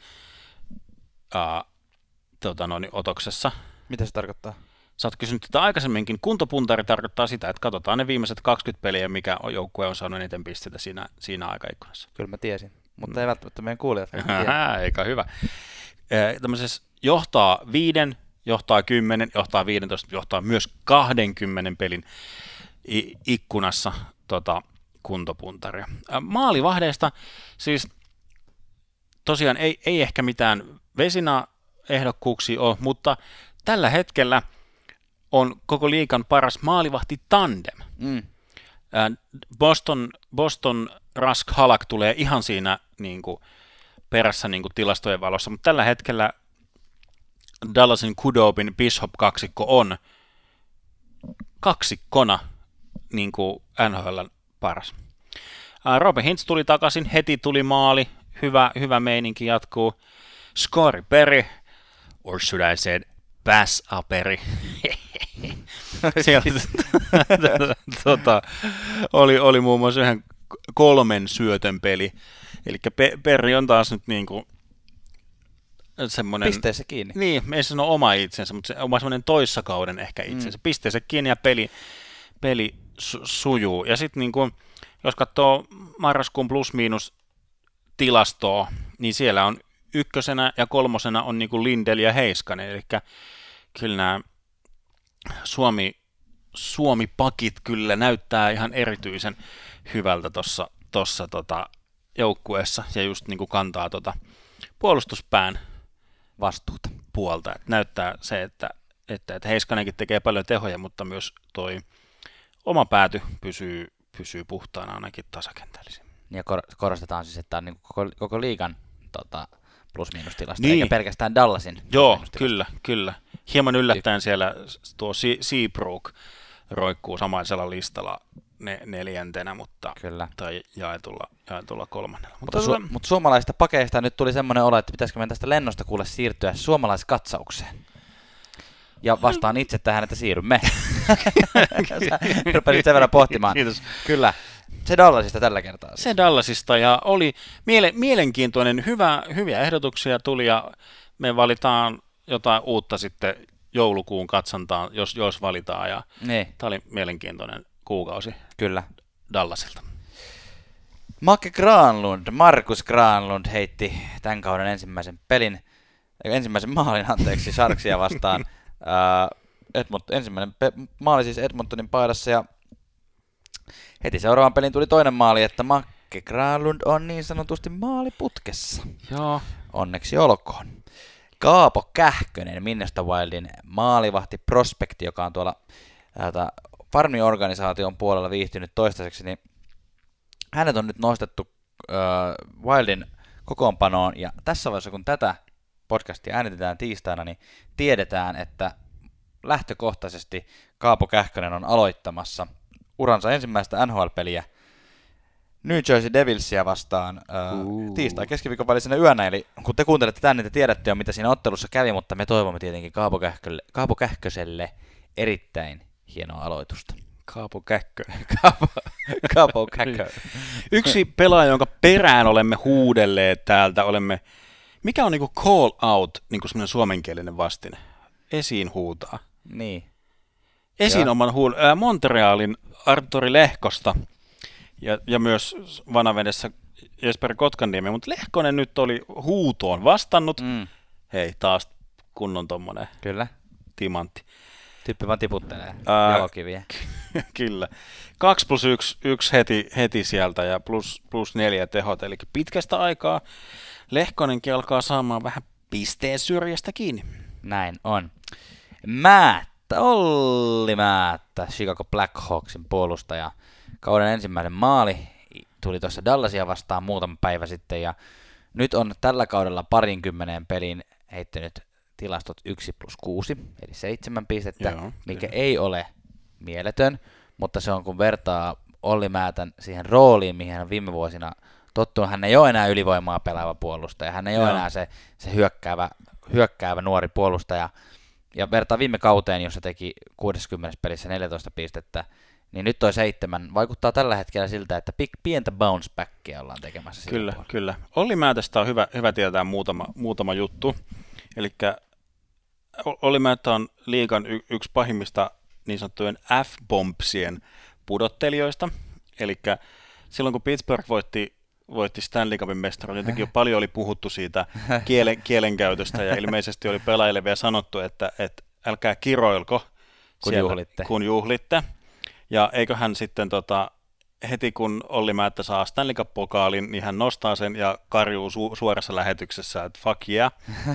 ää, tota noin, otoksessa. Mitä se tarkoittaa? Sä oot kysynyt tätä aikaisemminkin. Kuntopuntari tarkoittaa sitä, että katsotaan ne viimeiset kaksikymmentä peliä, mikä joukkue on saanut eniten pisteitä siinä, siinä aikaikkunassa. Kyllä mä tiesin, mutta ei välttämättä meidän kuulijat. Eikä hyvä. Tämmöisessä johtaa viiden, johtaa kymmenen, johtaa viisitoista, johtaa myös kahdenkymmenen pelin ikkunassa tota, kuntopuntaria. Maalivahdeista siis tosiaan ei, ei ehkä mitään Vezina-ehdokkuuksia ole, mutta tällä hetkellä on koko liigan paras maalivahti tandem. Mm. Boston, Boston Rask Halak tulee ihan siinä niin kuin, perässä niin kuin, tilastojen valossa, mutta tällä hetkellä Dallasin Kudobin Bishop-kaksikko on kaksikkona niin kuin N H L:n paras. Robin Hintz tuli takaisin, heti tuli maali, hyvä, hyvä meininki jatkuu. Scottie Perry, or should I say Bass Aperi. Sieltä, tota, oli, oli muun muassa yhden kolmen syötön peli. Eli Pe- Perry on taas nyt niinku semmoinen... Pisteessä kiinni. Niin, ei sano oma itsensä, mutta se oma semmoinen toissakauden ehkä itsensä. Mm. Pisteessä kiinni ja peli, peli su- sujuu. Ja sitten niinku, jos katsoo marraskuun plus-miinus tilastoa, niin siellä on ykkösenä ja kolmosena on niinku Lindell ja Heiskanen. Eli kyllä nämä Suomi, Suomi-pakit kyllä näyttää ihan erityisen hyvältä tuossa tossa tota joukkueessa ja just niinku kantaa tota puolustuspään vastuuta puolta. Et näyttää se, että, että, että Heiskanenkin tekee paljon tehoja, mutta myös toi oma pääty pysyy, pysyy puhtaana ainakin tasakentällisin. Ja kor- korostetaan siis, että tämä on niin koko, koko liigan tota, plus-miinus-tilasto, niin. Eikä pelkästään Dallasin. Joo, kyllä, kyllä. Hieman yllättäen siellä tuo Seabrook roikkuu samaisella listalla ne, neljäntenä, mutta kyllä. Tai jaetulla, jaetulla kolmannella. Mutta, mutta, su- mutta suomalaisista pakeista nyt tuli semmoinen olo, että pitäisikö meidän tästä lennosta kuule siirtyä suomalaiskatsaukseen. Ja vastaan itse tähän, että siirrymme. Rupesin sen verran pohtimaan. Kiitos. Kyllä. Se Dallasista tällä kertaa. Se Dallasista, ja oli miele- mielenkiintoinen, hyvä, hyviä ehdotuksia tuli, ja me valitaan jotain uutta sitten joulukuun katsantaan, jos, jos valitaan, ja niin. Tämä oli mielenkiintoinen kuukausi. Kyllä. Dallasilta. Make Granlund, Markus Granlund heitti tämän kauden ensimmäisen pelin, ensimmäisen maalin anteeksi Sharksia vastaan. uh, Edmont, ensimmäinen pe- maali siis Edmontonin paidassa, ja heti seuraavan pelin tuli toinen maali, että Make Granlund on niin sanotusti maaliputkessa. Joo. Onneksi olkoon. Kaapo Kähkönen, Minnesota Wildin maalivahti prospekti, joka on tuolla ää, farmiorganisaation puolella viihtynyt toistaiseksi, niin hänet on nyt nostettu äh, Wildin kokoonpanoon, ja tässä vaiheessa, kun tätä podcastia äänitetään tiistaina, niin tiedetään, että lähtökohtaisesti Kaapo Kähkönen on aloittamassa uransa ensimmäistä N H L-peliä New Jersey Devilsia vastaan äh, tiistai keskiviikon välisenä yönä, eli kun te kuuntelette tänne, te tiedätte jo, mitä siinä ottelussa kävi, mutta me toivomme tietenkin Kaapo, Kähkölle, Kaapo Kähköselle erittäin hienoa aloitusta. Kaapo Kähkö. Kaapo, Kaapo Kähkö. Yksi pelaaja, jonka perään olemme huudelleet täältä, olemme, mikä on niinku call out, niinku semmoinen suomenkielinen vastine? Esiin huutaa. Niin. Esiin Joo. oman huudon. Äh, Montrealin Arturi Lehkosta ja, ja myös Vanavedessä Jesper Kotkaniemi, mutta Lehkonen nyt oli huutoon vastannut. Mm. Hei, taas kunnon tommonen Kyllä. timantti. Tyyppi vaan tiputtelee Ää, jalokiviä. Kyllä. Kaksi plus yksi, yksi heti, heti sieltä ja plus, plus neljä tehot, eli pitkästä aikaa Lehkonenkin alkaa saamaan vähän pisteen syrjästä kiinni. Näin on. Määttä, Olli Määttä, Chicago Blackhawksin puolustaja. Kauden ensimmäinen maali tuli tuossa Dallasia vastaan muutama päivä sitten, ja nyt on tällä kaudella parinkymmeneen peliin heittänyt tilastot yksi plus kuusi, eli seitsemän pistettä, Joo, mikä kyllä. ei ole mieletön, mutta se on kun vertaa Olli Määtän siihen rooliin, mihin hän viime vuosina tottunut. Hän ei ole enää ylivoimaa pelaava puolustaja, hän ei Joo. ole enää se, se hyökkäävä, hyökkäävä nuori puolustaja, ja vertaa viime kauteen, jossa teki kuudessakymmenessä pelissä neljätoista pistettä, niin nyt toi seitsemän vaikuttaa tällä hetkellä siltä, että pientä bounce backia ollaan tekemässä. Kyllä, puolella. kyllä. Olli Määtästä on hyvä, hyvä tietää muutama, muutama juttu. Eli Olli Määttä on liigan y- yksi pahimmista niin sanottujen F-bombsien pudottelijoista. Eli silloin kun Pittsburgh voitti, voitti Stanley Cupin mestaruuden, jotenkin jo paljon oli puhuttu siitä kielen, kielenkäytöstä, ja ilmeisesti oli pelaajille vielä sanottu, että, että älkää kiroilko kun siellä, juhlitte. kun juhlitte. Ja eiköhän sitten tota, heti kun Olli Määttä saa Stanley Cup-pokaalin, niin hän nostaa sen ja karjuu su- suorassa lähetyksessä, että fuck yeah.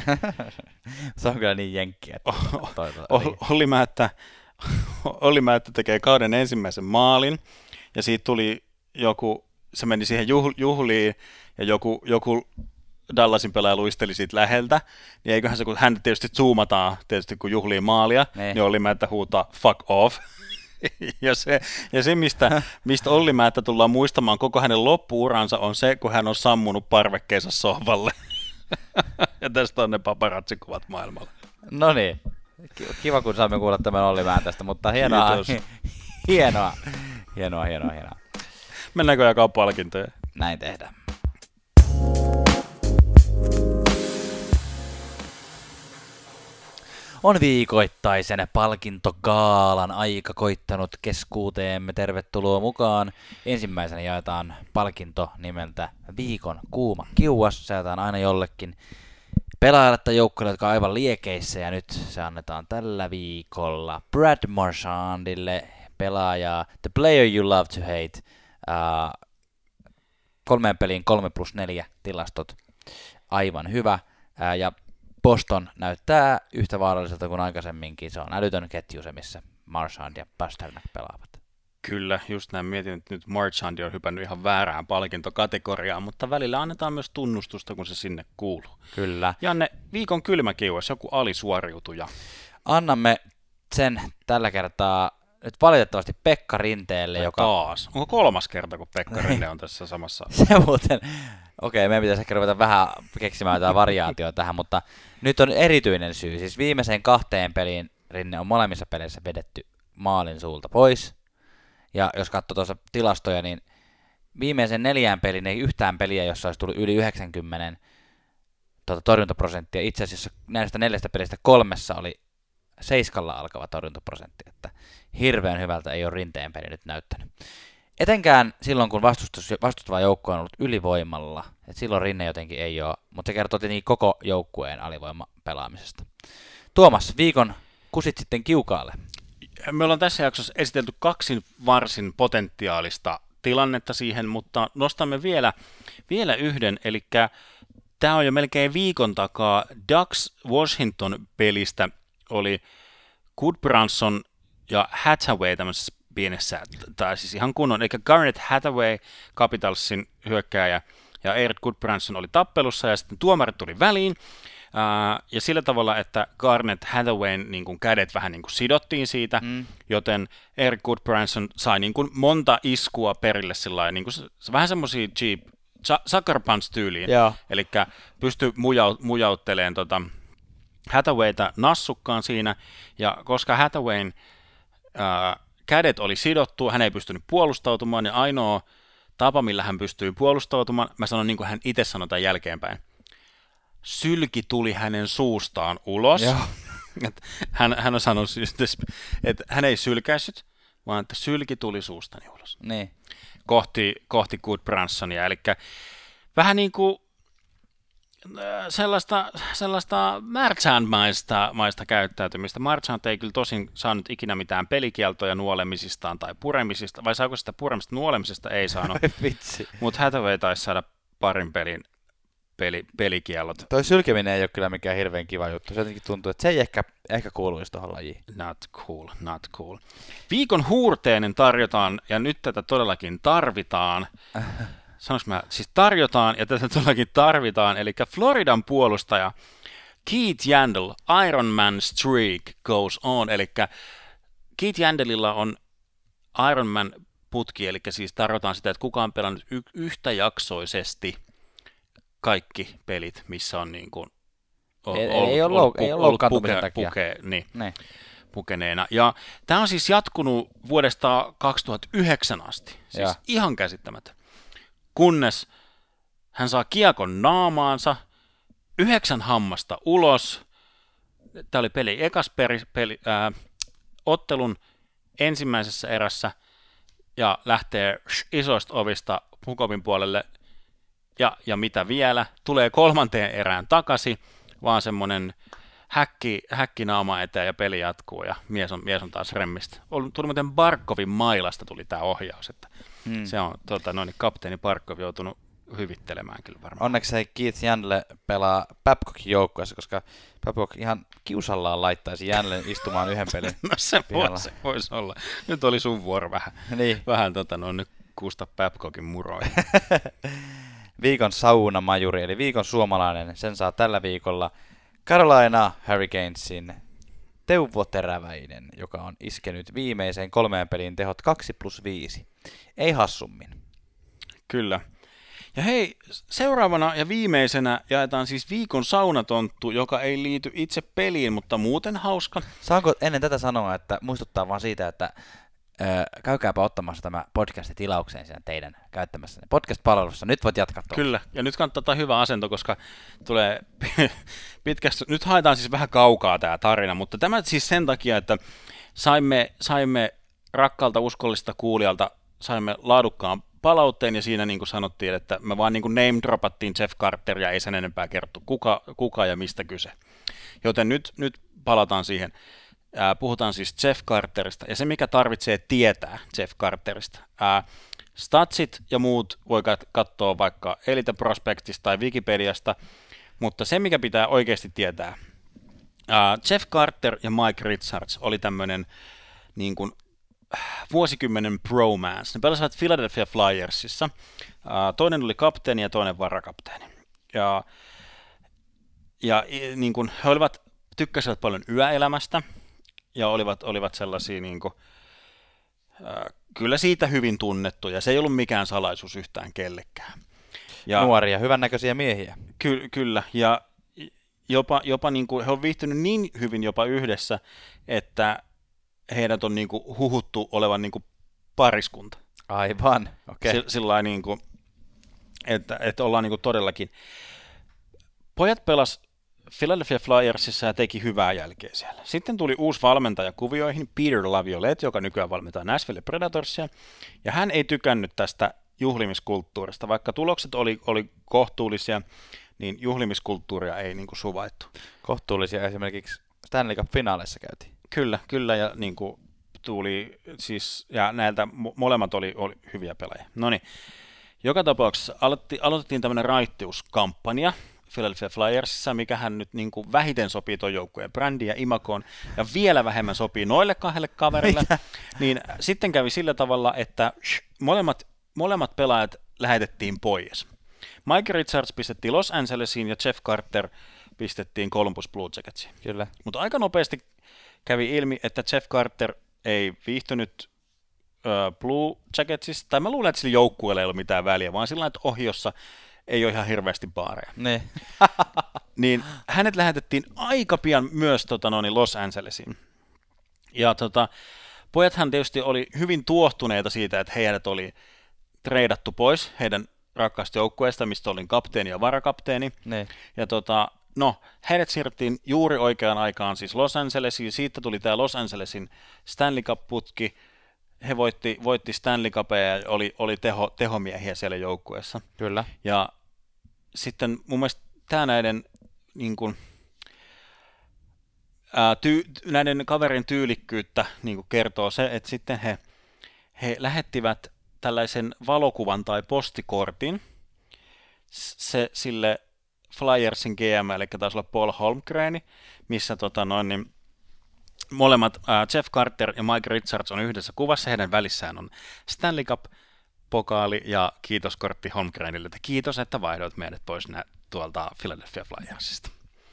Se on kyllä niin jenkkiä. Olli Määttä, Olli Määttä tekee kauden ensimmäisen maalin, ja siitä tuli joku, se meni siihen juhl- juhliin, ja joku, joku Dallasin pelaaja luisteli siitä läheltä, niin eiköhän se, kun hän tietysti zoomataan, tietysti kun juhlii maalia, ne. niin Olli Määttä huutaa fuck off. Ja se, ja se mistä, mistä Olli Määttä tullaan muistamaan koko hänen loppu-uransa, on se, kun hän on sammunut parvekkeensa sohvalle. Ja tästä on ne paparazzikuvat maailmalla. No niin, kiva kun saamme kuulla tämän Olli Määtästä, mutta hienoa, hienoa, hienoa, hienoa, hienoa. Mennäänkö jakaa palkintoja? Näin tehdään. On viikoittaisen palkintogaalan aika koittanut keskuuteemme. Tervetuloa mukaan. Ensimmäisenä jaetaan palkinto nimeltä Viikon kuuma kiuas. Se jaetaan aina jollekin pelaajalle tai joukkueelle, jotka on aivan liekeissä. Ja nyt se annetaan tällä viikolla Brad Marchandille, pelaajaa The Player You Love to Hate. Uh, kolmeen peliin kolme plus neljä tilastot. Aivan hyvä. Uh, ja Boston näyttää yhtä vaaralliselta kuin aikaisemminkin. Se on älytön ketju se, missä Marchand ja Pasternak pelaavat. Kyllä, just näin. Mietin, että nyt Marchand on hypännyt ihan väärään palkintokategoriaan, mutta välillä annetaan myös tunnustusta, kun se sinne kuuluu. Kyllä. Janne, viikon kylmäkiuas, joku alisuoriutuja. Annamme sen tällä kertaa nyt valitettavasti Pekka Rinteelle, ja joka... Taas. Onko kolmas kerta, kun Pekka Rinne on tässä samassa? Se muuten... Okei, meidän pitäisi ehkä ruveta vähän keksimään jotain variaatioita tähän, mutta nyt on erityinen syy. Siis viimeiseen kahteen peliin Rinne on molemmissa peleissä vedetty maalin suulta pois. Ja jos katsoo tuossa tilastoja, niin viimeisen neljään peliin ei yhtään peliä, jossa olisi tullut yli yhdeksänkymmentä tuota, torjuntaprosenttia. Itse asiassa näistä neljästä pelistä kolmessa oli seiskalla alkava torjuntaprosentti, että hirveän hyvältä ei ole Rinteen peli nyt näyttänyt. Etenkään silloin, kun vastustava joukkue on ollut ylivoimalla, että silloin Rinne jotenkin ei ole, mutta se kertoo tietenkin koko joukkueen alivoimapelaamisesta. Tuomas, viikon kusit sitten kiukaalle. Me ollaan tässä jaksossa esitelty kaksi varsin potentiaalista tilannetta siihen, mutta nostamme vielä, vielä yhden, eli tämä on jo melkein viikon takaa Ducks Washington-pelistä oli Goodbranson ja Hathaway tämmöisessä pienessä, tai siis ihan kunnon, eli Garnet Hathaway, Capitalsin hyökkääjä, ja Erik Goodbranson oli tappelussa, ja sitten tuomarit tuli väliin, ää, ja sillä tavalla, että Garnet Hathawayn niin kuin kädet vähän niin kuin sidottiin siitä, mm. joten Erik Goodbranson sai niin kuin monta iskua perille sillä niin kuin se, vähän semmoisia cheap, sucker punch-tyyliin, eli pystyi mujaut, mujauttelemaan tota Hathawayta nassukkaan siinä, ja koska Hathawayn ää, kädet oli sidottu, hän ei pystynyt puolustautumaan, ja ainoa tapa, millä hän pystyi puolustautumaan, mä sanon niin kuin hän itse sanotaan jälkeenpäin, sylki tuli hänen suustaan ulos. hän, hän on sanonut, että hän ei sylkäissyt, vaan että sylki tuli suustani ulos. Niin. Kohti, kohti Goodbransonia, eli vähän niin kuin sellaista, sellaista Marchand-maista maista käyttäytymistä. Marchand ei kyllä tosin saanut ikinä mitään pelikieltoja nuolemisistaan tai puremisista, vai saako sitä puremista nuolemisesta? Ei saanut. Vitsi. Mutta Hathaway taisi saada parin pelin peli, pelikiellot. Toi sylkeminen ei ole kyllä mikään hirveän kiva juttu. Se jotenkin tuntuu, että se ei ehkä, ehkä kuuluisi tuohon lajiin. Not cool, not cool. Viikon huurteinen tarjotaan, ja nyt tätä todellakin tarvitaan. Sanoinko mä, siis tarjotaan, ja tätä todellakin tarvitaan, eli Floridan puolustaja Keith Yandle, Iron Man streak goes on, eli Keith Yandlella on Iron Man putki, eli siis tarjotaan sitä, että kuka on pelannut y- yhtäjaksoisesti kaikki pelit, missä on niin kuin o- ei, ollut, ei ole, ollut, ei ollut loukkaantumisen takia. Puke, niin, pukeneena. Ja tämä on siis jatkunut vuodesta kaksituhattayhdeksän asti, siis ja. ihan käsittämätön. Kunnes hän saa kiekon naamaansa, yhdeksän hammasta ulos. Tämä oli peli ekas peri, peli, ää, ottelun ensimmäisessä erässä ja lähtee isoista ovista Pukopin puolelle. Ja, ja mitä vielä? Tulee kolmanteen erään takaisin, vaan semmoinen häkki, häkkinaama eteen ja peli jatkuu ja mies on, mies on taas remmistä. Tuli muuten Barkovin mailasta tuli tämä ohjaus, että hmm. se on tota, noin, kapteeni Barkov joutunut hyvittelemään kyllä varmaan. Onneksi ei Keith Yandle pelaa Babcockin joukkueessa, koska Babcock ihan kiusallaan laittaisi Yandlen istumaan yhden pelin. No se voisi vois olla. Nyt oli sun vuoro vähän, niin. vähän tota, no, nyt kuusta Babcockin muroja. Viikon saunamajuri, eli viikon suomalainen, sen saa tällä viikolla Carolina Hurricanesin Teuvo Teräväinen, joka on iskenyt viimeiseen kolmeen peliin tehot kaksi plus viisi. Ei hassummin. Kyllä. Ja hei, seuraavana ja viimeisenä jaetaan siis viikon saunatonttu, joka ei liity itse peliin, mutta muuten hauska. Saanko ennen tätä sanoa, että muistuttaa vaan siitä, että Öö, käykääpä ottamassa tämä podcast tilaukseen sen teidän käyttämässä podcast-palvelussa. Nyt voit jatkaa tuolla. Kyllä, ja nyt kannattaa ottaa hyvä asento, koska tulee pitkästi. Nyt haetaan siis vähän kaukaa tämä tarina, mutta tämä siis sen takia, että saimme, saimme rakkaalta uskollista kuulijalta, saimme laadukkaan palautteen, ja siinä niin kuin sanottiin, että me vaan niin kuin name dropattiin Jeff Carter, ja ei sen enempää kerrottu kuka, kuka ja mistä kyse. Joten nyt, nyt palataan siihen. Puhutaan siis Jeff Carterista, ja se mikä tarvitsee tietää Jeff Carterista. Ää, statsit ja muut voi katsoa vaikka Elite Prospectista tai Wikipediasta, mutta se mikä pitää oikeasti tietää. Ää, Jeff Carter ja Mike Richards oli tämmöinen niin kuin vuosikymmenen bromance. Ne pelasivat Philadelphia Flyersissa. Ää, toinen oli kapteeni ja toinen varakapteeni. Ja, ja niin kuin he olivat, tykkäsivät paljon yöelämästä. Ja olivat, olivat sellaisia, niin kuin, äh, kyllä siitä hyvin tunnettuja. Se ei ollut mikään salaisuus yhtään kellekään. Ja, nuoria, hyvännäköisiä miehiä. Ky- kyllä, ja jopa, jopa niin kuin, he on viihtynyt niin hyvin jopa yhdessä, että heidät on niin kuin, huhuttu olevan niin kuin, pariskunta. Aivan, okei. Okay. Sillä niin kuin, että, että ollaan niin kuin, todellakin. Pojat pelas Philadelphia Flyersissa ja teki hyvää jälkeä siellä. Sitten tuli uusi valmentaja kuvioihin, Peter Laviolette, joka nykyään valmentaa Nashville Predatorsia, ja hän ei tykännyt tästä juhlimiskulttuurista. Vaikka tulokset oli, oli kohtuullisia, niin juhlimiskulttuuria ei niin kuin suvaittu. Kohtuullisia esimerkiksi Stanley Cup-finaaleissa käytiin. Kyllä, kyllä, ja niin kuin tuli siis, ja näiltä molemmat oli, oli hyviä pelaajia. No niin, joka tapauksessa aloitti, aloitettiin tämmöinen raittiuskampanja Philadelphia Flyersissa, mikä hän nyt niin kuin vähiten sopii tuon joukkueen brändiin ja imagoon, ja vielä vähemmän sopii noille kahdelle kaverille. Niin sitten kävi sillä tavalla, että shh, molemmat, molemmat pelaajat lähetettiin pois. Mike Richards pistettiin Los Angelesiin ja Jeff Carter pistettiin Columbus Blue Jacketsiin. Kyllä. Mutta aika nopeasti kävi ilmi, että Jeff Carter ei viihtynyt uh, Blue Jacketsissa, tai mä luulen, että sillä joukkueella ei ollut mitään väliä, vaan sillä että ohiossa ei ole ihan hirveästi baareja. Ne. Niin hänet lähetettiin aika pian myös tota, no, niin Los Angelesiin. Ja tota, pojathan tietysti oli hyvin tuohtuneita siitä, että heidät oli treidattu pois heidän rakkaasta joukkueesta, mistä olin kapteeni ja varakapteeni. Ne. Ja tota, no, heidät siirrettiin juuri oikeaan aikaan siis Los Angelesiin. Siitä tuli tämä Los Angelesin Stanley Cup-putki. He voitti, voitti Stanley Cupia ja oli, oli teho, tehomiehiä siellä joukkueessa. Kyllä. Ja sitten mun mielestä tää näiden niin kuin, ää, ty, näiden kaverin tyylikkyyttä niin kuin kertoo se, että sitten he, he lähettivät tällaisen valokuvan tai postikortin se, sille Flyersin G M, eli taisi olla Paul Holmgren, missä tota noin, niin molemmat äh, Jeff Carter ja Mike Richards on yhdessä kuvassa. Heidän välissään on Stanley Cup-pokaali ja kiitoskortti Holmgrenille, että kiitos, että vaihdoit meidät pois nä- tuolta Philadelphia Flyersista.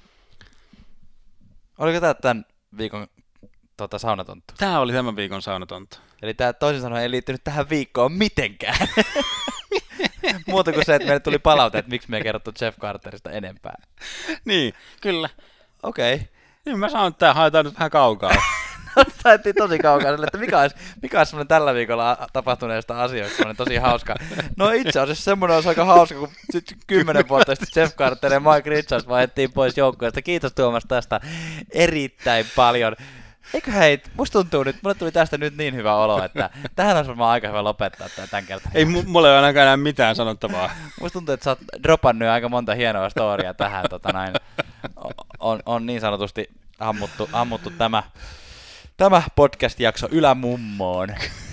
Oliko tämä tämän viikon tota, saunatonttu? Tämä oli tämän viikon saunatonttu. Eli tämä toisin sanoen ei liittynyt tähän viikkoon mitenkään. Muuta kuin se, että meille tuli palaute, että miksi me ei kerrottu Jeff Carterista enempää. Niin, kyllä. Okei. Okay. Niin mä sanon, että tämä haetaan nyt vähän kaukaa. No, taettiin tosi kaukaa, että mikä olisi, mikä olisi semmoinen tällä viikolla tapahtuneesta asioista semmoinen tosi hauska. No itse asiassa semmoinen olisi aika hauska, kun kymmenen vuotta sitten Jeff Carter ja Mike Richards vaihdettiin pois joukkueesta. Kiitos Tuomas tästä erittäin paljon. Eikö hei, musta tuntuu nyt, mulle tuli tästä nyt niin hyvä olo, että tähän on varmaan aika hyvä lopettaa tämän kertaa. Ei m- mulle ole ainakaan enää mitään sanottavaa. Musta tuntuu, että sä oot dropannut aika monta hienoa storiaa tähän. Tota näin. On, on niin sanotusti ammuttu, ammuttu tämä, tämä podcast-jakso ylämummoon.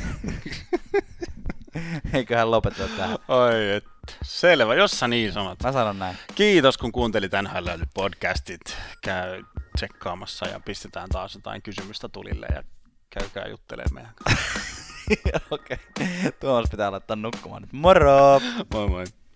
Eiköhän lopeteta tähän. Oi, et. Selvä, jos sä niin sanot. Mä sanon näin. Kiitos, kun kuuntelit N H L-podcastit. Käy tsekkaamassa ja pistetään taas jotain kysymystä tulille ja käykää juttelemaan meidän kanssa. Okei, okay. Tuomas pitää laittaa nukkumaan nyt. Moro! Moi moi!